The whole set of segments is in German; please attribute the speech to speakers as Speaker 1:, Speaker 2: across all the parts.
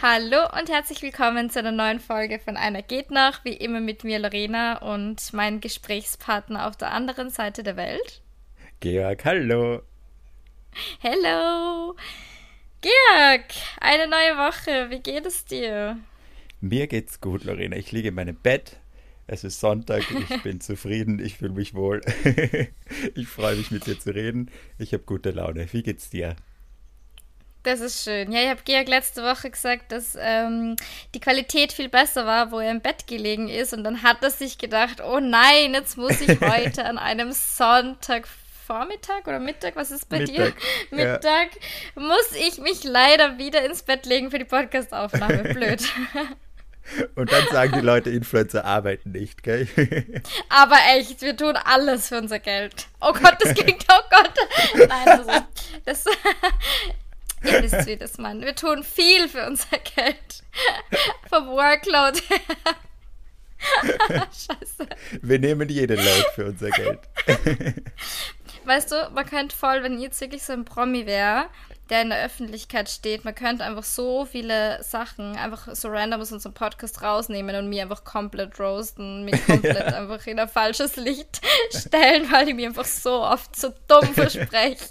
Speaker 1: Hallo und herzlich willkommen zu einer neuen Folge von Einer geht noch, wie immer mit mir Lorena und mein Gesprächspartner auf der anderen Seite der Welt.
Speaker 2: Georg, hallo.
Speaker 1: Hello! Georg, eine neue Woche, wie geht es dir?
Speaker 2: Mir geht's gut, Lorena. Ich liege in meinem Bett. Es ist Sonntag. Ich bin zufrieden. Ich fühle mich wohl. Ich freue mich, mit dir zu reden. Ich habe gute Laune. Wie geht's dir?
Speaker 1: Das ist schön. Ja, ich habe Georg letzte Woche gesagt, dass die Qualität viel besser war, wo er im Bett gelegen ist. Und dann hat er sich gedacht, oh nein, jetzt muss ich heute an einem Sonntagvormittag oder Mittag, was ist bei dir?
Speaker 2: Mittag. Ja.
Speaker 1: Mittag, muss ich mich leider wieder ins Bett legen für die Podcastaufnahme. Blöd.
Speaker 2: Und dann sagen die Leute, Influencer arbeiten nicht, gell?
Speaker 1: Aber echt, wir tun alles für unser Geld. Oh Gott, das klingt, oh Gott. Nein, also, das, ihr wisst, wie das meint. Wir tun viel für unser Geld. Vom Workload her. Scheiße.
Speaker 2: Wir nehmen jeden Load für unser Geld.
Speaker 1: Weißt du, man könnte voll, wenn jetzt wirklich so ein Promi wäre, der in der Öffentlichkeit steht, man könnte einfach so viele Sachen einfach so random aus unserem Podcast rausnehmen und mir einfach komplett roasten, mich komplett
Speaker 2: Ja.
Speaker 1: einfach in ein falsches Licht stellen, weil ich mir einfach so oft so dumm verspreche.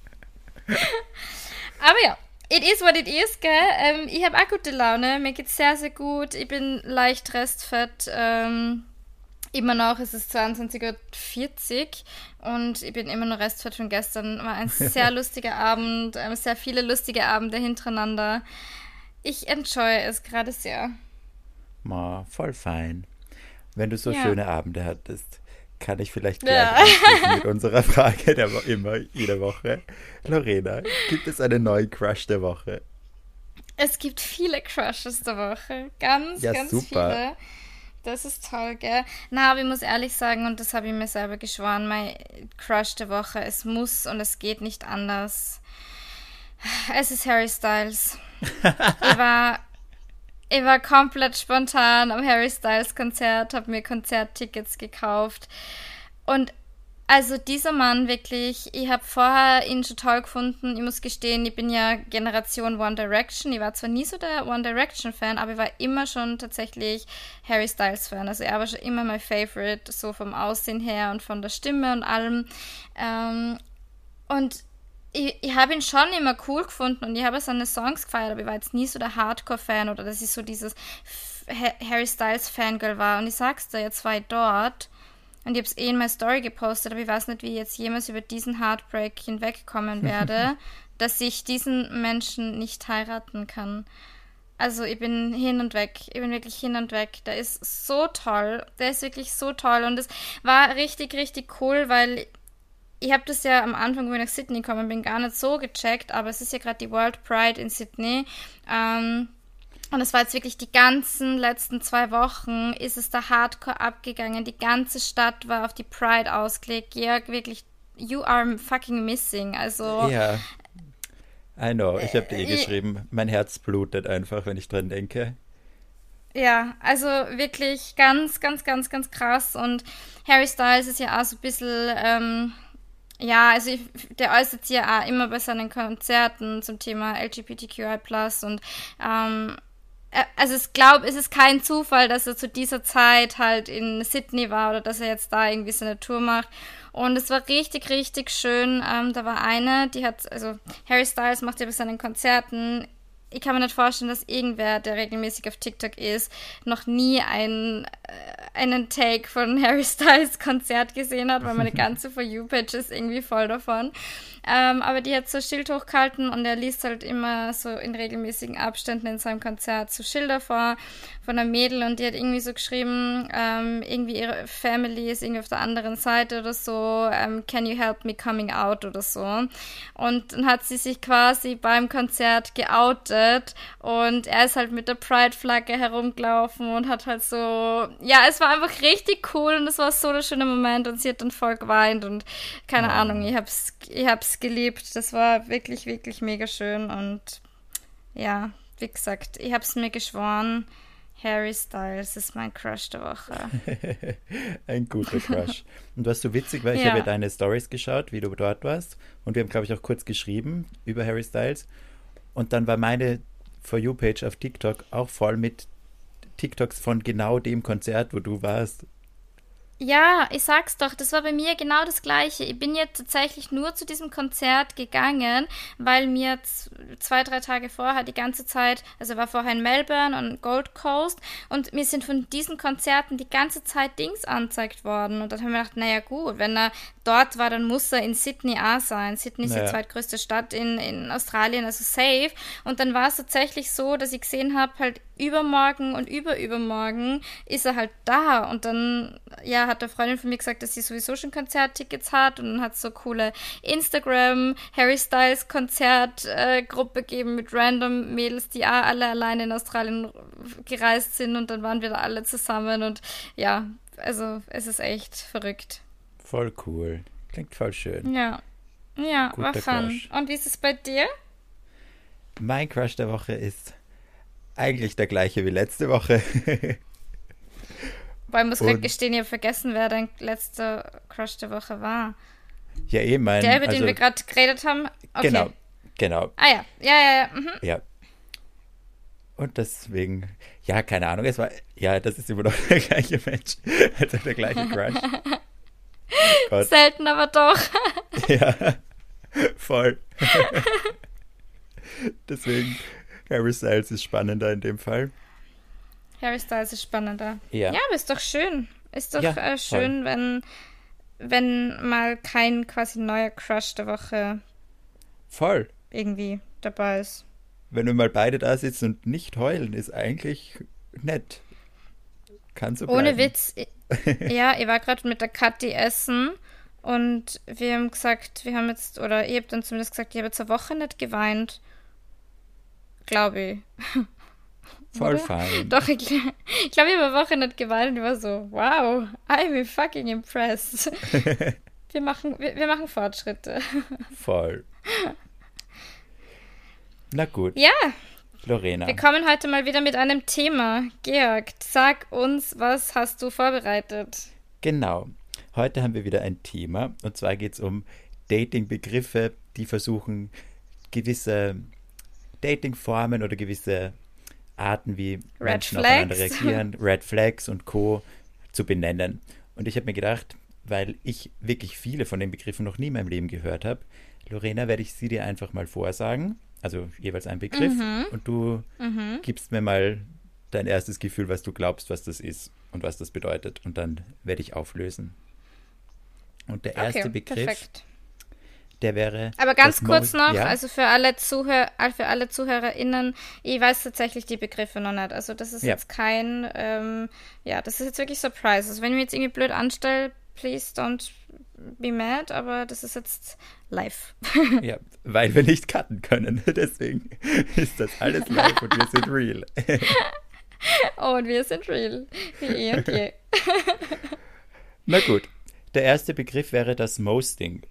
Speaker 1: Aber ja, it is what it is, gell? Ich habe auch gute Laune, mir geht's sehr, sehr gut. Ich bin leicht restfett. Immer noch, es ist 22:40 Uhr und ich bin immer noch restfett von gestern. War ein sehr lustiger Abend, sehr viele lustige Abende hintereinander. Ich enjoy es gerade sehr.
Speaker 2: Ma, voll fein. Wenn du so
Speaker 1: Ja.
Speaker 2: schöne Abende hattest, kann ich vielleicht gleich
Speaker 1: Ja.
Speaker 2: anschließen mit unserer Frage immer, jede Woche. Lorena, gibt es einen neuen Crush der Woche?
Speaker 1: Es gibt viele Crushes der Woche. Ganz,
Speaker 2: Ja,
Speaker 1: ganz
Speaker 2: super.
Speaker 1: viele. Das ist toll, gell? Na, aber ich muss ehrlich sagen, und das habe ich mir selber geschworen, mein Crush der Woche, es muss und es geht nicht anders. Es ist Harry Styles. Ich war, ich war komplett spontan am Harry Styles Konzert, habe mir Konzerttickets gekauft. Und also dieser Mann wirklich, ich habe vorher ihn schon toll gefunden. Ich muss gestehen, ich bin ja Generation One Direction. Ich war zwar nie so der One Direction Fan, aber ich war immer schon tatsächlich Harry Styles Fan. Also er war schon immer mein Favorite, so vom Aussehen her und von der Stimme und allem. Und ich habe ihn schon immer cool gefunden und ich habe seine Songs gefeiert, aber ich war jetzt nie so der Hardcore-Fan oder dass ich so dieses Harry Styles Fangirl war. Und ich sag's dir, jetzt war ich dort und ich habe es in meine Story gepostet, aber ich weiß nicht, wie ich jetzt jemals über diesen Heartbreak hinwegkommen werde, dass ich diesen Menschen nicht heiraten kann. Also ich bin hin und weg. Ich bin wirklich hin und weg. Der ist so toll. Der ist wirklich so toll. Und es war richtig, richtig cool, weil ich habe das ja am Anfang, wo ich nach Sydney gekommen bin, gar nicht so gecheckt, aber es ist ja gerade die World Pride in Sydney. Und es war jetzt wirklich die ganzen letzten 2 Wochen, ist es da hardcore abgegangen. Die ganze Stadt war auf die Pride ausgelegt. Jörg, wirklich, you are fucking missing. Also,
Speaker 2: Ja, I know. Ich habe dir
Speaker 1: ich,
Speaker 2: geschrieben, mein Herz blutet einfach, wenn ich dran denke.
Speaker 1: ja, also wirklich ganz, ganz, ganz, ganz krass. Und Harry Styles ist ja auch so ein bisschen, ja, also der äußert sich ja auch immer bei seinen Konzerten zum Thema LGBTQI+. Und also ich glaube, es ist kein Zufall, dass er zu dieser Zeit halt in Sydney war oder dass er jetzt da irgendwie so eine Tour macht. Und es war richtig, richtig schön. Da war eine, die hat, also Harry Styles macht ja bei seinen Konzerten, ich kann mir nicht vorstellen, dass irgendwer, der regelmäßig auf TikTok ist, noch nie einen Take von Harry Styles Konzert gesehen hat, weil meine ganze For You-Page ist irgendwie voll davon. Aber die hat so ein Schild hochgehalten und er liest halt immer so in regelmäßigen Abständen in seinem Konzert so Schilder vor von einer Mädel und die hat irgendwie so geschrieben, irgendwie ihre Family ist irgendwie auf der anderen Seite oder so, can you help me coming out oder so. Und dann hat sie sich quasi beim Konzert geoutet und er ist halt mit der Pride-Flagge herumgelaufen und hat halt so, ja, es war einfach richtig cool und es war so ein schöner Moment und sie hat dann voll geweint und keine Ahnung,
Speaker 2: Oh.
Speaker 1: ich hab's geliebt. Das war wirklich, wirklich mega schön und ja, wie gesagt, ich hab's mir geschworen, Harry Styles ist mein Crush der Woche.
Speaker 2: Ein guter Crush. Und was so witzig war, ich habe ja
Speaker 1: Ja.
Speaker 2: deine Stories geschaut, wie du dort warst. Und wir haben, glaube ich, auch kurz geschrieben über Harry Styles. Und dann war meine For You-Page auf TikTok auch voll mit TikToks von genau dem Konzert, wo du warst.
Speaker 1: Ja, ich sag's doch, das war bei mir genau das Gleiche. Ich bin jetzt tatsächlich nur zu diesem Konzert gegangen, weil mir 2, 3 Tage vorher die ganze Zeit, also war vorher in Melbourne und Gold Coast und mir sind von diesen Konzerten die ganze Zeit Dings angezeigt worden. Und dann haben wir gedacht, naja gut, wenn er dort war, dann muss er in Sydney auch sein. Sydney ist die zweitgrößte Stadt in Australien, also safe. Und dann war es tatsächlich so, dass ich gesehen habe, halt übermorgen und übermorgen ist er halt da. Und dann, ja, hat eine Freundin von mir gesagt, dass sie sowieso schon Konzerttickets hat und dann hat es so coole Instagram Harry Styles Konzertgruppe gegeben mit random Mädels, die auch alle alleine in Australien gereist sind und dann waren wir da alle zusammen und ja, also es ist echt verrückt.
Speaker 2: Voll cool. Klingt voll schön.
Speaker 1: Ja, war fun.
Speaker 2: Crush.
Speaker 1: Und wie ist es bei dir?
Speaker 2: Mein Crush der Woche ist eigentlich der gleiche wie letzte Woche.
Speaker 1: Weil ich muss gerade gestehen, ich habe vergessen, wer dein letzter Crush der Woche war.
Speaker 2: Ja, mein.
Speaker 1: Der, über den wir gerade geredet haben? Okay.
Speaker 2: Genau.
Speaker 1: Ah ja, ja.
Speaker 2: Ja. Und deswegen, ja, keine Ahnung, es war, ja, das ist immer noch der gleiche Mensch, also der gleiche Crush. Gott.
Speaker 1: Selten, aber doch.
Speaker 2: Ja, voll. Deswegen, Harry Styles ist spannender in dem Fall.
Speaker 1: Harry Styles ist spannender.
Speaker 2: Ja,
Speaker 1: aber ist doch schön. Ist doch
Speaker 2: Ja,
Speaker 1: schön, wenn mal kein quasi neuer Crush der Woche
Speaker 2: voll.
Speaker 1: irgendwie dabei ist.
Speaker 2: Wenn wir mal beide da sitzen und nicht heulen, ist eigentlich nett. Kann so bleiben.
Speaker 1: Ohne Witz. Ja, ich war gerade mit der Kathi essen und wir haben gesagt, ich habe dann zumindest gesagt, ich habe jetzt eine Woche nicht geweint. Glaube ich.
Speaker 2: Voll
Speaker 1: Oder?
Speaker 2: fein.
Speaker 1: Doch, ich glaube, ich habe eine Woche nicht geweint und ich war so, wow, I'm fucking impressed. Wir machen Fortschritte.
Speaker 2: Voll. Na gut.
Speaker 1: Ja,
Speaker 2: Lorena.
Speaker 1: wir kommen heute mal wieder mit einem Thema. Georg, sag uns, was hast du vorbereitet?
Speaker 2: Genau. Heute haben wir wieder ein Thema und zwar geht es um Dating-Begriffe, die versuchen, gewisse Dating-Formen oder gewisse Arten, wie Menschen aufeinander reagieren, Red Flags und Co. zu benennen. Und ich habe mir gedacht, weil ich wirklich viele von den Begriffen noch nie in meinem Leben gehört habe, Lorena, werde ich sie dir einfach mal vorsagen, also jeweils einen Begriff, und du gibst mir mal dein erstes Gefühl, was du glaubst, was das ist und was das bedeutet. Und dann werde ich auflösen. Und der erste Begriff,
Speaker 1: perfekt.
Speaker 2: der wäre...
Speaker 1: Aber ganz kurz noch,
Speaker 2: ja?
Speaker 1: also für alle ZuhörerInnen, ich weiß tatsächlich die Begriffe noch nicht. Also das ist jetzt kein, das ist jetzt wirklich Surprise. Also wenn ich mich jetzt irgendwie blöd anstelle, please don't be mad, aber das ist jetzt live.
Speaker 2: Ja, weil wir nicht cutten können. Deswegen ist das alles live und wir sind real.
Speaker 1: Und wir sind real. Wie eh und je.
Speaker 2: Na gut, der erste Begriff wäre das Mosting.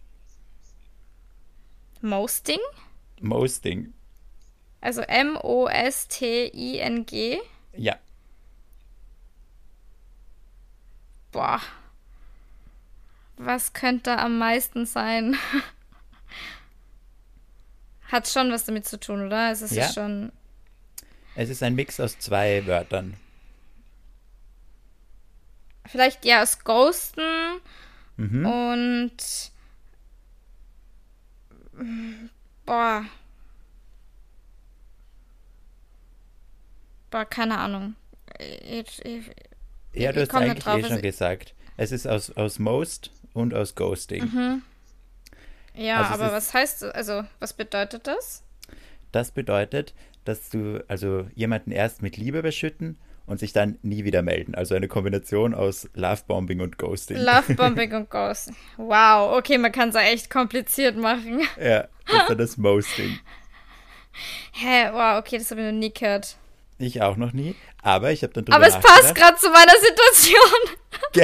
Speaker 1: Mosting?
Speaker 2: Mosting.
Speaker 1: Also M-O-S-T-I-N-G?
Speaker 2: Ja.
Speaker 1: Boah. Was könnte am meisten sein? Hat schon was damit zu tun, oder? Es ist
Speaker 2: Ja.
Speaker 1: schon...
Speaker 2: Es ist ein Mix aus zwei Wörtern.
Speaker 1: Vielleicht ja aus Ghosten
Speaker 2: Mhm.
Speaker 1: und... Boah, keine Ahnung.
Speaker 2: Ja, du
Speaker 1: ich
Speaker 2: hast
Speaker 1: komm nicht
Speaker 2: eigentlich
Speaker 1: drauf,
Speaker 2: schon
Speaker 1: also-
Speaker 2: gesagt. Es ist aus Most und aus Ghosting.
Speaker 1: Ja,
Speaker 2: Also es
Speaker 1: aber
Speaker 2: ist-
Speaker 1: was heißt, also was bedeutet das?
Speaker 2: Das bedeutet, dass du also jemanden erst mit Liebe beschütten und sich dann nie wieder melden. Also eine Kombination aus Lovebombing und Ghosting.
Speaker 1: Lovebombing und Ghosting. Wow, okay, man kann es ja echt kompliziert machen.
Speaker 2: Ja, das ist dann das Mosting.
Speaker 1: Hä, wow, okay, das habe ich noch nie gehört.
Speaker 2: Ich auch noch nie, aber ich habe dann drüber
Speaker 1: Aber es passt gerade zu meiner Situation.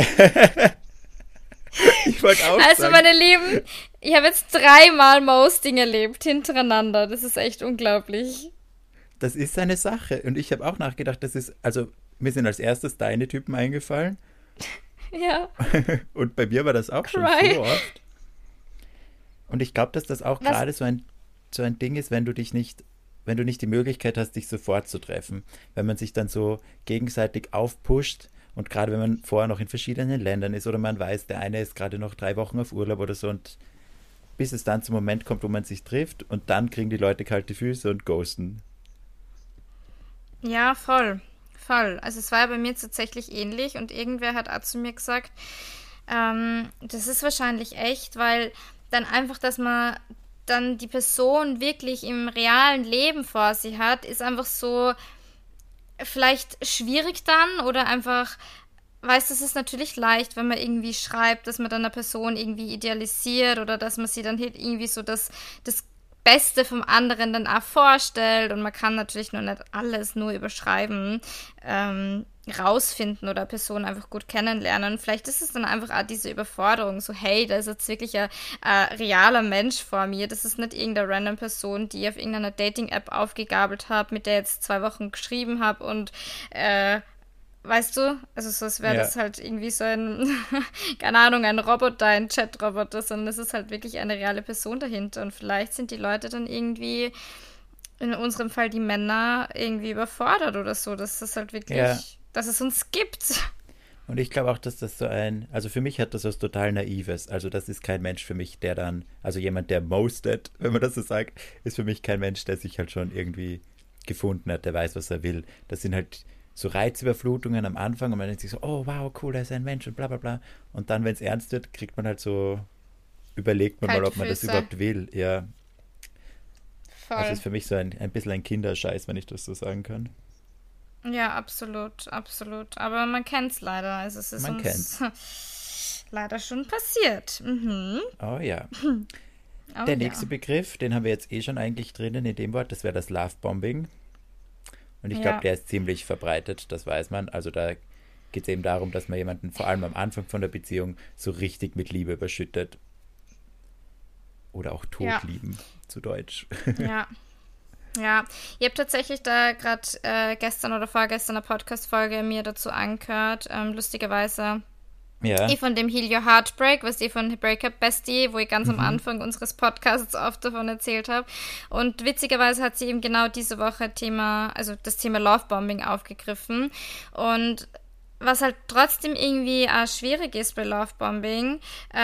Speaker 2: Ich wollte auch
Speaker 1: Also,
Speaker 2: sagen,
Speaker 1: meine Lieben, ich habe jetzt 3-mal Mosting erlebt hintereinander. Das ist echt unglaublich.
Speaker 2: das ist eine Sache. Und ich habe auch nachgedacht, das ist, also mir sind als erstes deine Typen eingefallen.
Speaker 1: Ja.
Speaker 2: Und bei mir war das auch schon
Speaker 1: Cry.
Speaker 2: so oft. Und ich glaube, dass das auch
Speaker 1: Was-
Speaker 2: gerade so ein Ding ist, wenn du dich nicht wenn du nicht die Möglichkeit hast, dich sofort zu treffen, wenn man sich dann so gegenseitig aufpusht und gerade wenn man vorher noch in verschiedenen Ländern ist oder man weiß, der eine ist gerade noch 3 Wochen auf Urlaub oder so und bis es dann zum Moment kommt, wo man sich trifft und dann kriegen die Leute kalte Füße und ghosten.
Speaker 1: Ja, voll. Voll. Also es war ja bei mir tatsächlich ähnlich und irgendwer hat auch zu mir gesagt, das ist wahrscheinlich echt, weil dann einfach, dass man dann die Person wirklich im realen Leben vor sich hat, ist einfach so vielleicht schwierig dann oder einfach, weißt du, es ist natürlich leicht, wenn man irgendwie schreibt, dass man dann eine Person irgendwie idealisiert oder dass man sie dann halt irgendwie so das Beste vom anderen dann auch vorstellt und man kann natürlich nur nicht alles nur überschreiben, rausfinden oder Personen einfach gut kennenlernen. Und vielleicht ist es dann einfach auch diese Überforderung, so hey, da ist jetzt wirklich ein realer Mensch vor mir. Das ist nicht irgendeine random Person, die ich auf irgendeiner Dating-App aufgegabelt habe, mit der jetzt 2 Wochen geschrieben habe und weißt du, also so als wäre
Speaker 2: Ja,
Speaker 1: das halt irgendwie so ein, keine Ahnung, ein Roboter, ein Chat-Roboter, sondern es ist halt wirklich eine reale Person dahinter. Und vielleicht sind die Leute dann irgendwie, in unserem Fall die Männer, irgendwie überfordert oder so, dass das halt
Speaker 2: ja.
Speaker 1: wirklich, dass es uns gibt.
Speaker 2: Und ich glaube auch, dass das so also für mich hat das was total Naives. Also das ist kein Mensch für mich, der dann, also jemand, der mostet, wenn man das so sagt, ist für mich kein Mensch, der sich halt schon irgendwie gefunden hat, der weiß, was er will. Das sind halt so Reizüberflutungen am Anfang und man denkt sich so, oh wow, cool, da ist ein Mensch und bla bla bla. Und dann, wenn es ernst wird, kriegt man halt so, überlegt man mal,
Speaker 1: Kalte
Speaker 2: ob man das
Speaker 1: Füße.
Speaker 2: überhaupt will. Ja, also
Speaker 1: Voll.
Speaker 2: ist für mich so ein bisschen ein Kinderscheiß, wenn ich das so sagen kann.
Speaker 1: Ja, absolut, absolut. Aber man kennt es leider. Also es ist
Speaker 2: Man
Speaker 1: uns
Speaker 2: kennt's.
Speaker 1: leider schon passiert. Mhm.
Speaker 2: Oh ja.
Speaker 1: Oh
Speaker 2: Der
Speaker 1: ja.
Speaker 2: nächste Begriff, den haben wir jetzt eh schon eigentlich drinnen in dem Wort, das wäre das Lovebombing. Und ich glaube,
Speaker 1: Ja.
Speaker 2: der ist ziemlich verbreitet, das weiß man. Also da geht es eben darum, dass man jemanden vor allem am Anfang von der Beziehung so richtig mit Liebe überschüttet. Oder auch
Speaker 1: Ja.
Speaker 2: totlieben, zu Deutsch.
Speaker 1: Ja. Ja, ich habe tatsächlich da gerade gestern oder vorgestern eine Podcast-Folge mir dazu angehört, lustigerweise.
Speaker 2: Ja.
Speaker 1: Von dem Heal Your Heartbreak, was ich von Breakup Bestie, wo ich ganz am
Speaker 2: Mhm.
Speaker 1: Anfang unseres Podcasts oft davon erzählt habe. Und witzigerweise hat sie eben genau diese Woche das Thema Lovebombing aufgegriffen. Und was halt trotzdem irgendwie auch schwierig ist bei Lovebombing,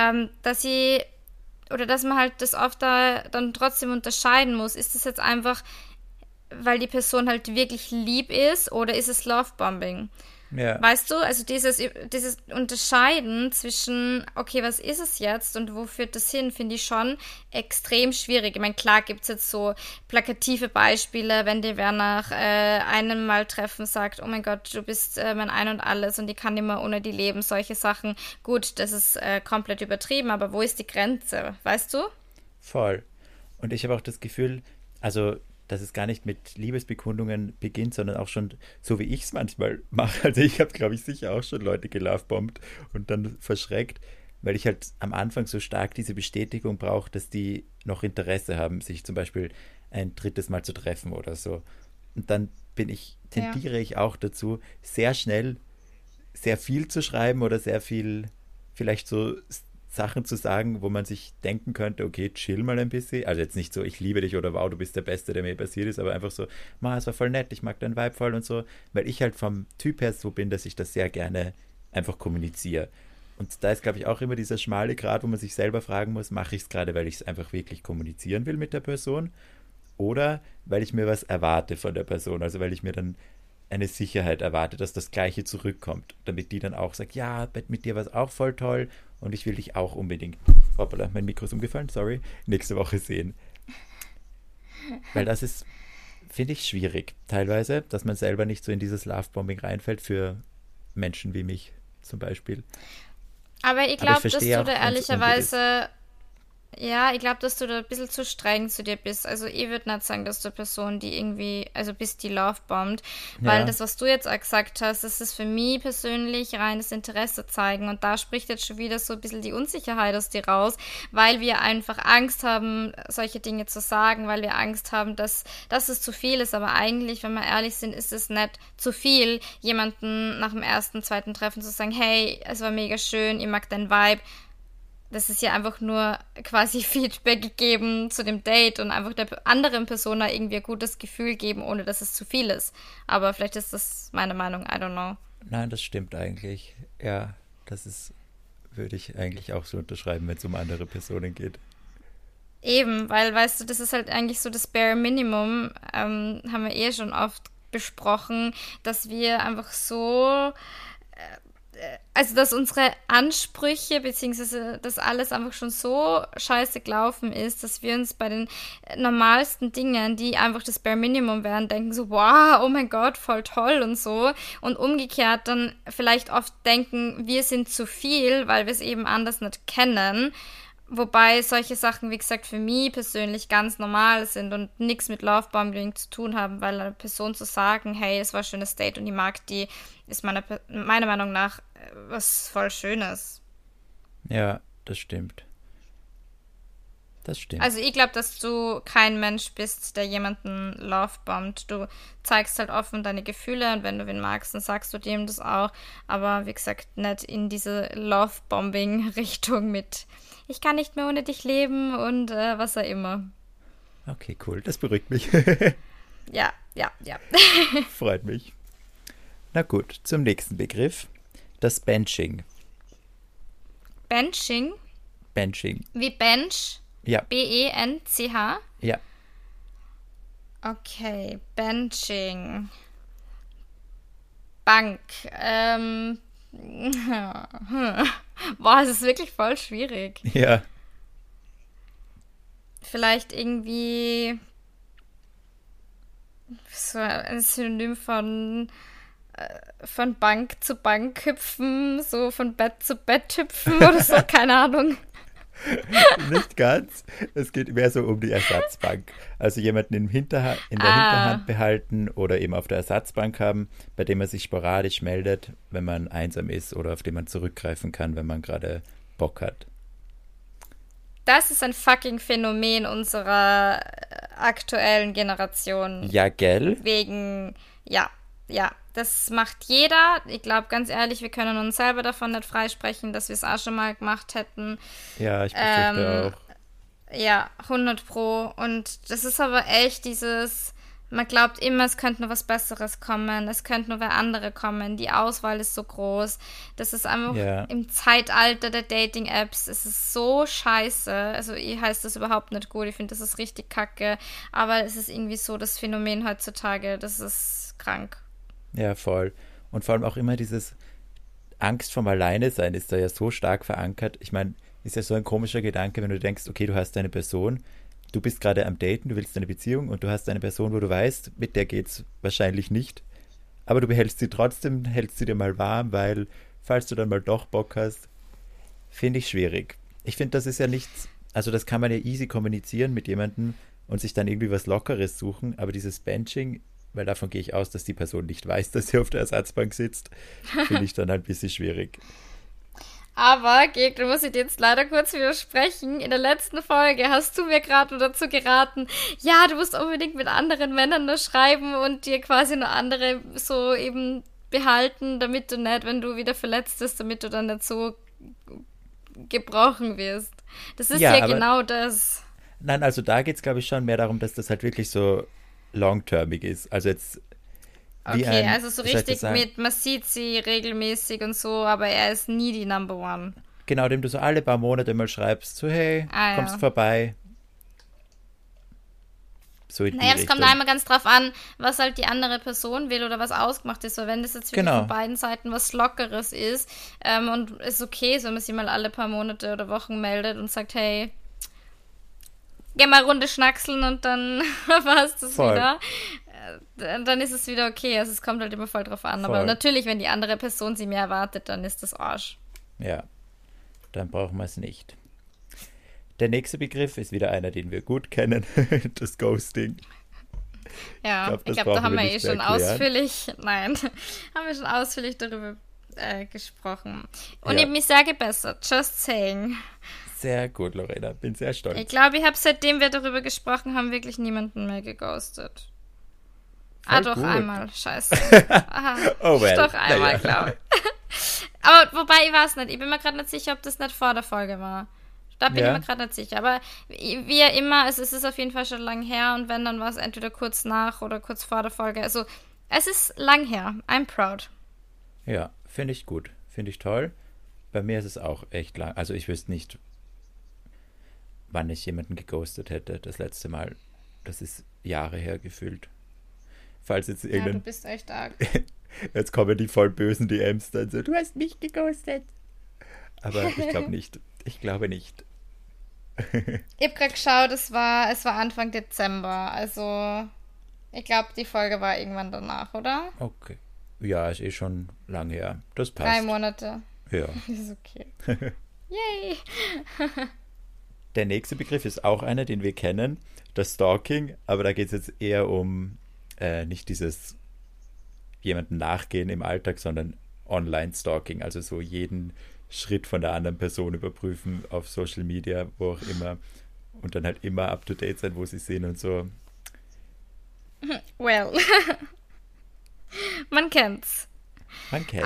Speaker 1: dass man halt das oft da dann trotzdem unterscheiden muss. Ist das jetzt einfach, weil die Person halt wirklich lieb ist oder ist es Lovebombing?
Speaker 2: Ja.
Speaker 1: Weißt du, also dieses Unterscheiden zwischen, okay, was ist es jetzt und wo führt das hin, finde ich schon extrem schwierig. Ich meine, klar gibt es jetzt so plakative Beispiele, wenn dir wer nach einem Mal Treffen sagt, oh mein Gott, du bist mein Ein und Alles und ich kann nicht mehr ohne die leben, solche Sachen. Gut, das ist komplett übertrieben, aber wo ist die Grenze, weißt du?
Speaker 2: Voll. Und ich habe auch das Gefühl, also, dass es gar nicht mit Liebesbekundungen beginnt, sondern auch schon so, wie ich es manchmal mache. Also ich habe, glaube ich, sicher auch schon Leute gelovebombt und dann verschreckt, weil ich halt am Anfang so stark diese Bestätigung brauche, dass die noch Interesse haben, sich zum Beispiel ein drittes Mal zu treffen oder so. Und dann
Speaker 1: Ja.
Speaker 2: tendiere ich auch dazu, sehr schnell sehr viel zu schreiben oder sehr viel vielleicht so Sachen zu sagen, wo man sich denken könnte, okay, chill mal ein bisschen. Also jetzt nicht so, ich liebe dich oder wow, du bist der Beste, der mir passiert ist, aber einfach so, ma, es war voll nett, ich mag deinen Vibe voll und so, weil ich halt vom Typ her so bin, dass ich das sehr gerne einfach kommuniziere. Und da ist, glaube ich, auch immer dieser schmale Grat, wo man sich selber fragen muss, mache ich es gerade, weil ich es einfach wirklich kommunizieren will mit der Person oder weil ich mir was erwarte von der Person, also weil ich mir dann eine Sicherheit erwarte, dass das Gleiche zurückkommt, damit die dann auch sagt, ja, mit dir war es auch voll toll und ich will dich auch unbedingt, hoppala, mein Mikro ist umgefallen, sorry, nächste Woche sehen. Weil das ist, finde ich, schwierig teilweise, dass man selber nicht so in dieses Lovebombing reinfällt für Menschen wie mich zum Beispiel.
Speaker 1: Aber ich
Speaker 2: Aber ich
Speaker 1: glaube, dass
Speaker 2: verstehe
Speaker 1: du
Speaker 2: auch,
Speaker 1: da
Speaker 2: wenn es ungut ist.
Speaker 1: ehrlicherweise ja, ich glaube, dass du da ein bisschen zu streng zu dir bist. Also ich würde nicht sagen, dass du eine Person, die irgendwie, also bist, die lovebombt, weil
Speaker 2: Ja,
Speaker 1: das, was du jetzt auch gesagt hast, das ist für mich persönlich reines Interesse zeigen und da spricht jetzt schon wieder so ein bisschen die Unsicherheit aus dir raus, weil wir einfach Angst haben, solche Dinge zu sagen, weil wir Angst haben, dass es zu viel ist, aber eigentlich, wenn wir ehrlich sind, ist es nicht zu viel, jemanden nach dem ersten, zweiten Treffen zu sagen, hey, es war mega schön, ich mag dein Vibe, das ist ja einfach nur quasi Feedback gegeben zu dem Date und einfach der anderen Person irgendwie ein gutes Gefühl geben, ohne dass es zu viel ist. Aber vielleicht ist das meine Meinung, I don't know.
Speaker 2: Nein, das stimmt eigentlich. Ja, würde ich eigentlich auch so unterschreiben, wenn es um andere Personen geht.
Speaker 1: Eben, weil, weißt du, das ist halt eigentlich so das Bare Minimum, haben wir schon oft besprochen, dass wir einfach so, also dass unsere Ansprüche, beziehungsweise dass alles einfach schon so scheiße gelaufen ist, dass wir uns bei den normalsten Dingen, die einfach das Bare Minimum wären, denken so, wow, oh mein Gott, voll toll und so. Und umgekehrt dann vielleicht oft denken, wir sind zu viel, weil wir es eben anders nicht kennen. Wobei solche Sachen, wie gesagt, für mich persönlich ganz normal sind und nichts mit Lovebombing zu tun haben, weil einer Person zu sagen, hey, es war ein schönes Date und ich mag die, ist meiner Meinung nach was voll Schönes.
Speaker 2: Ja, das stimmt. Das stimmt.
Speaker 1: Also ich glaube, dass du kein Mensch bist, der jemanden lovebombt. Du zeigst halt offen deine Gefühle und wenn du wen magst, dann sagst du dem das auch. Aber wie gesagt, nicht in diese Lovebombing-Richtung mit ich kann nicht mehr ohne dich leben und was auch immer.
Speaker 2: Okay, cool. Das beruhigt mich.
Speaker 1: Ja.
Speaker 2: Freut mich. Na gut, zum nächsten Begriff. Das Benching.
Speaker 1: Benching?
Speaker 2: Benching.
Speaker 1: Wie Bench?
Speaker 2: Ja.
Speaker 1: B-E-N-C-H?
Speaker 2: Ja.
Speaker 1: Okay, Benching. Bank. Boah, es ist wirklich voll schwierig.
Speaker 2: Ja.
Speaker 1: Vielleicht irgendwie so ein Synonym von Bank zu Bank hüpfen, so von Bett zu Bett hüpfen oder so, keine Ahnung.
Speaker 2: Nicht ganz. Es geht mehr so um die Ersatzbank. Also jemanden in der Hinterhand behalten oder eben auf der Ersatzbank haben, bei dem man sich sporadisch meldet, wenn man einsam ist oder auf den man zurückgreifen kann, wenn man gerade Bock hat.
Speaker 1: Das ist ein fucking Phänomen unserer aktuellen Generation.
Speaker 2: Ja, gell?
Speaker 1: Wegen, ja, das macht jeder. Ich glaube, ganz ehrlich, wir können uns selber davon nicht freisprechen, dass wir es auch schon mal gemacht hätten.
Speaker 2: Ja, ich befürchte auch.
Speaker 1: Ja, 100%. Und das ist aber echt man glaubt immer, es könnte noch was Besseres kommen, es könnte noch wer andere kommen, die Auswahl ist so groß. Das ist einfach im Zeitalter der Dating-Apps, es ist so scheiße. Also ich heiße das überhaupt nicht gut, ich finde, das ist richtig kacke. Aber es ist irgendwie so das Phänomen heutzutage, das ist krank.
Speaker 2: Ja, voll. Und vor allem auch immer dieses Angst vorm Alleinesein ist da ja so stark verankert. Ich meine, ist ja so ein komischer Gedanke, wenn du denkst, okay, du hast eine Person, du bist gerade am Daten, du willst eine Beziehung und du hast eine Person, wo du weißt, mit der geht's wahrscheinlich nicht. Aber du behältst sie trotzdem, hältst sie dir mal warm, weil, falls du dann mal doch Bock hast, finde ich schwierig. Ich finde, das ist ja nichts, also das kann man ja easy kommunizieren mit jemandem und sich dann irgendwie was Lockeres suchen, aber dieses Benching, weil davon gehe ich aus, dass die Person nicht weiß, dass sie auf der Ersatzbank sitzt, finde ich dann ein bisschen schwierig.
Speaker 1: Aber, Gegner, muss ich dir jetzt leider kurz widersprechen. In der letzten Folge hast du mir gerade dazu geraten, ja, du musst unbedingt mit anderen Männern nur schreiben und dir quasi nur andere so eben behalten, damit du nicht, wenn du wieder verletzt bist, damit du dann nicht so gebrochen wirst. Das ist ja genau das.
Speaker 2: Nein, also da geht es, glaube ich, schon mehr darum, dass das halt wirklich so long-termig ist. Also jetzt
Speaker 1: okay, also so richtig mit, man sieht sie regelmäßig und so, aber er ist nie die Number One.
Speaker 2: Genau, dem du so alle paar Monate mal schreibst, so hey, kommst vorbei. So in
Speaker 1: naja, es kommt einmal ganz drauf an, was halt die andere Person will oder was ausgemacht ist. So, wenn das jetzt wirklich von beiden Seiten was Lockeres ist und ist okay, so wenn man sich mal alle paar Monate oder Wochen meldet und sagt, hey, geh mal Runde schnackseln und dann war es das wieder. Dann ist es wieder okay. Also es kommt halt immer voll drauf an. Voll. Aber natürlich, wenn die andere Person sie mehr erwartet, dann ist das Arsch.
Speaker 2: Ja, dann brauchen wir es nicht. Der nächste Begriff ist wieder einer, den wir gut kennen. Das Ghosting.
Speaker 1: Ja, ich glaube, da haben wir schon ausführlich, haben wir schon ausführlich darüber gesprochen. Und ich habe mich sehr gebessert. Just saying.
Speaker 2: Sehr gut, Lorena. Bin sehr stolz.
Speaker 1: Ich glaube, ich habe, seitdem wir darüber gesprochen haben, wirklich niemanden mehr geghostet. Voll doch, gut. Einmal. Scheiße. Aha.
Speaker 2: Oh well.
Speaker 1: Doch einmal, glaube ich. Aber wobei, ich weiß nicht. Ich bin mir gerade nicht sicher, ob das nicht vor der Folge war. Da bin ich
Speaker 2: Ja,
Speaker 1: mir gerade nicht sicher. Aber wie ja immer, es ist auf jeden Fall schon lang her und wenn, dann war es entweder kurz nach oder kurz vor der Folge. Also es ist lang her. I'm proud.
Speaker 2: ja, finde ich gut. Finde ich toll. Bei mir ist es auch echt lang. Also ich wüsste nicht, wann ich jemanden geghostet hätte. Das letzte Mal. Das ist Jahre her gefühlt. Falls jetzt
Speaker 1: Ja, du
Speaker 2: irgendein...
Speaker 1: bist echt arg.
Speaker 2: Jetzt kommen die voll bösen DMs dann so, du hast mich geghostet. Aber ich glaube nicht. Ich glaube nicht.
Speaker 1: Ich habe gerade geschaut, es war Anfang Dezember. Also ich glaube, die Folge war irgendwann danach, oder?
Speaker 2: Okay. Ja, ist eh schon lang her. Das
Speaker 1: 3 Monate.
Speaker 2: Ja.
Speaker 1: Ist okay. Yay!
Speaker 2: Der nächste Begriff ist auch einer, den wir kennen, das Stalking, aber da geht es jetzt eher um nicht dieses jemanden nachgehen im Alltag, sondern Online-Stalking, also so jeden Schritt von der anderen Person überprüfen auf Social Media, wo auch immer und dann halt immer up to date sein, wo sie sind und so.
Speaker 1: Well, man kennt's.
Speaker 2: Man kennt.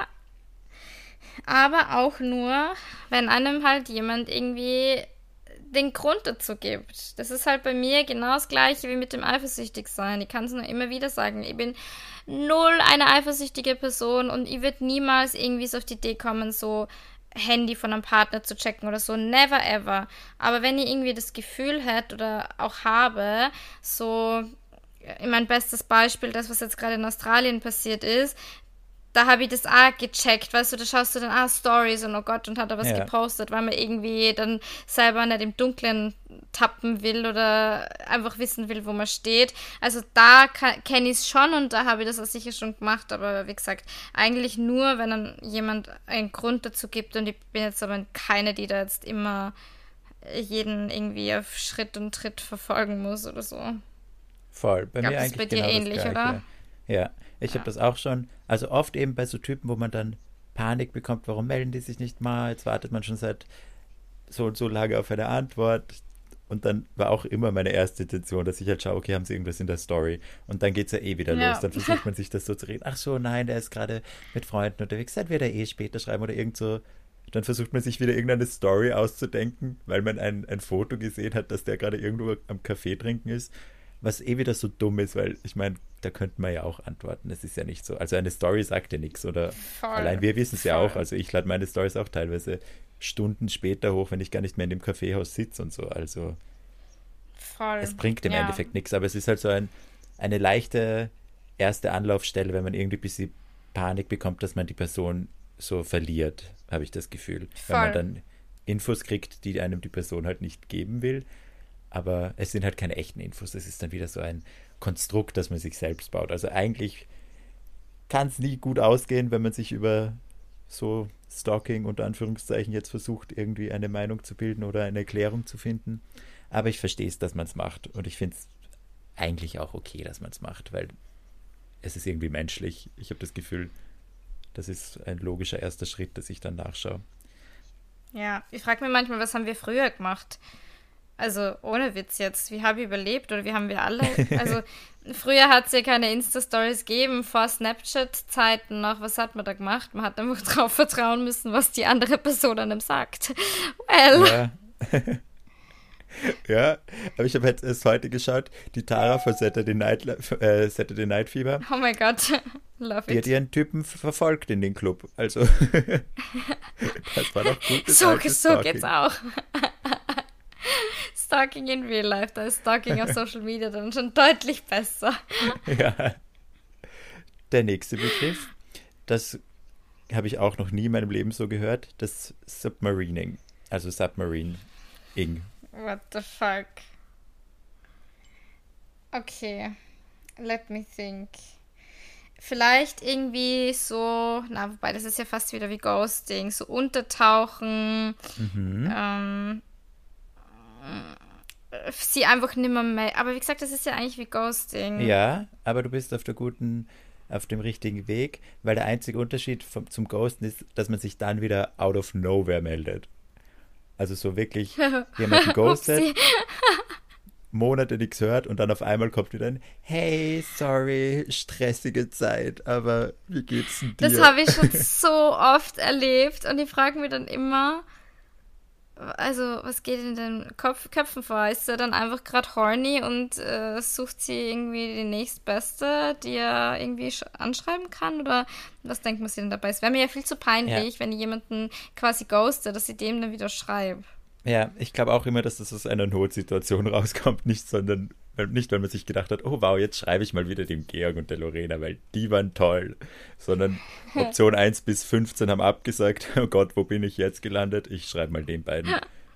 Speaker 1: Aber auch nur, wenn einem halt jemand irgendwie den Grund dazu gibt. Das ist halt bei mir genau das Gleiche wie mit dem Eifersüchtigsein. Ich kann es nur immer wieder sagen. Ich bin null eine eifersüchtige Person und ich würde niemals irgendwie so auf die Idee kommen, so Handy von einem Partner zu checken oder so. Never ever. Aber wenn ich irgendwie das Gefühl hätte oder auch habe, so, mein bestes Beispiel, das, was jetzt gerade in Australien passiert ist, da habe ich das auch gecheckt, weißt du, da schaust du dann, Stories und oh Gott, und hat er was
Speaker 2: Ja,
Speaker 1: gepostet, weil man irgendwie dann selber nicht im Dunkeln tappen will oder einfach wissen will, wo man steht. Also da kenne ich es schon und da habe ich das auch sicher schon gemacht, aber wie gesagt, eigentlich nur, wenn dann jemand einen Grund dazu gibt und ich bin jetzt aber keine, die da jetzt immer jeden irgendwie auf Schritt und Tritt verfolgen muss oder so.
Speaker 2: voll. Bei
Speaker 1: Ich glaube,
Speaker 2: mir
Speaker 1: das ist bei
Speaker 2: eigentlich
Speaker 1: dir
Speaker 2: genau das
Speaker 1: ähnlich,
Speaker 2: Gleiche.
Speaker 1: oder?
Speaker 2: Ja, ich habe
Speaker 1: Ja.
Speaker 2: das auch schon, also oft eben bei so Typen, wo man dann Panik bekommt, warum melden die sich nicht mal, jetzt wartet man schon seit so und so lange auf eine Antwort. Und dann war auch immer meine erste Intention, dass ich halt schaue, okay, haben sie irgendwas in der Story? Und dann geht es ja eh wieder los.
Speaker 1: Ja.
Speaker 2: Dann versucht man sich das so zu reden. Ach so, nein, der ist gerade mit Freunden unterwegs. Dann wird er eh später schreiben oder irgend so. Dann versucht man sich wieder irgendeine Story auszudenken, weil man ein Foto gesehen hat, dass der gerade irgendwo am Kaffee trinken ist. Was eh wieder so dumm ist, weil ich meine, da könnte man ja auch antworten. Es ist ja nicht so. Also eine Story sagt ja nichts. Oder allein
Speaker 1: Voll.
Speaker 2: wir wissen es ja auch.
Speaker 1: Voll.
Speaker 2: Also ich lade meine Stories auch teilweise Stunden später hoch, wenn ich gar nicht mehr in dem Kaffeehaus sitze und so. Also
Speaker 1: Voll.
Speaker 2: es bringt im
Speaker 1: Ja.
Speaker 2: Endeffekt nichts, aber es ist halt so eine leichte erste Anlaufstelle, wenn man irgendwie ein bisschen Panik bekommt, dass man die Person so verliert, habe ich das Gefühl. Wenn man
Speaker 1: Voll.
Speaker 2: dann Infos kriegt, die einem die Person halt nicht geben will, aber es sind halt keine echten Infos. Es ist dann wieder so ein Konstrukt, das man sich selbst baut. Also eigentlich kann es nie gut ausgehen, wenn man sich über so Stalking unter Anführungszeichen jetzt versucht, irgendwie eine Meinung zu bilden oder eine Erklärung zu finden. Aber ich verstehe es, dass man es macht. Und ich finde es eigentlich auch okay, dass man es macht, weil es ist irgendwie menschlich. Ich habe das Gefühl, das ist ein logischer erster Schritt, dass ich dann nachschaue.
Speaker 1: Ja, ich frage mich manchmal, was haben wir früher gemacht? Also ohne Witz jetzt, wie habe ich überlebt oder wie haben wir alle? Also früher hat es ja keine Insta-Stories gegeben, vor Snapchat-Zeiten noch. Was hat man da gemacht? Man hat einfach drauf vertrauen müssen, was die andere Person einem sagt. Well,
Speaker 2: Ja, ja, aber ich habe jetzt erst heute geschaut, die Tara von Saturday Night Fever,
Speaker 1: oh mein Gott, love
Speaker 2: die hat
Speaker 1: it.
Speaker 2: ihren Typen verfolgt in den Club. Also, das war doch gutes
Speaker 1: So,
Speaker 2: altes
Speaker 1: so geht's
Speaker 2: Stalking.
Speaker 1: auch. Stalking in real life, da ist Stalking auf Social Media dann schon deutlich besser.
Speaker 2: Ja, der nächste Begriff, das habe ich auch noch nie in meinem Leben so gehört, das Submarining, also Submarine-Ing.
Speaker 1: What the fuck? Okay, let me think. Vielleicht irgendwie so, na, wobei das ist ja fast wieder wie Ghosting, so untertauchen,
Speaker 2: Mhm.
Speaker 1: ähm, sie einfach nimmer mehr. Aber wie gesagt, das ist ja eigentlich wie Ghosting.
Speaker 2: Ja, aber du bist auf dem richtigen Weg, weil der einzige Unterschied zum Ghosten ist, dass man sich dann wieder out of nowhere meldet. Also so wirklich jemanden ghostet,
Speaker 1: Upsi.
Speaker 2: Monate nichts hört und dann auf einmal kommt wieder ein Hey, sorry, stressige Zeit, aber wie geht's denn
Speaker 1: Das
Speaker 2: dir?
Speaker 1: habe ich schon so oft erlebt und ich frage mich dann immer, also was geht in den Köpfen vor? Ist er dann einfach gerade horny und sucht sie irgendwie die nächstbeste, die er irgendwie anschreiben kann? Oder was denkt man sich denn dabei? Es wäre mir ja viel zu
Speaker 2: Ja.
Speaker 1: peinlich, wenn ich jemanden quasi ghoste, dass ich dem dann wieder schreibe.
Speaker 2: Ja, ich glaube auch immer, dass das aus einer Notsituation rauskommt, nicht, weil man sich gedacht hat, oh wow, jetzt schreibe ich mal wieder dem Georg und der Lorena, weil die waren toll, sondern Option 1 bis 15 haben abgesagt, oh Gott, wo bin ich jetzt gelandet? Ich schreibe mal den beiden.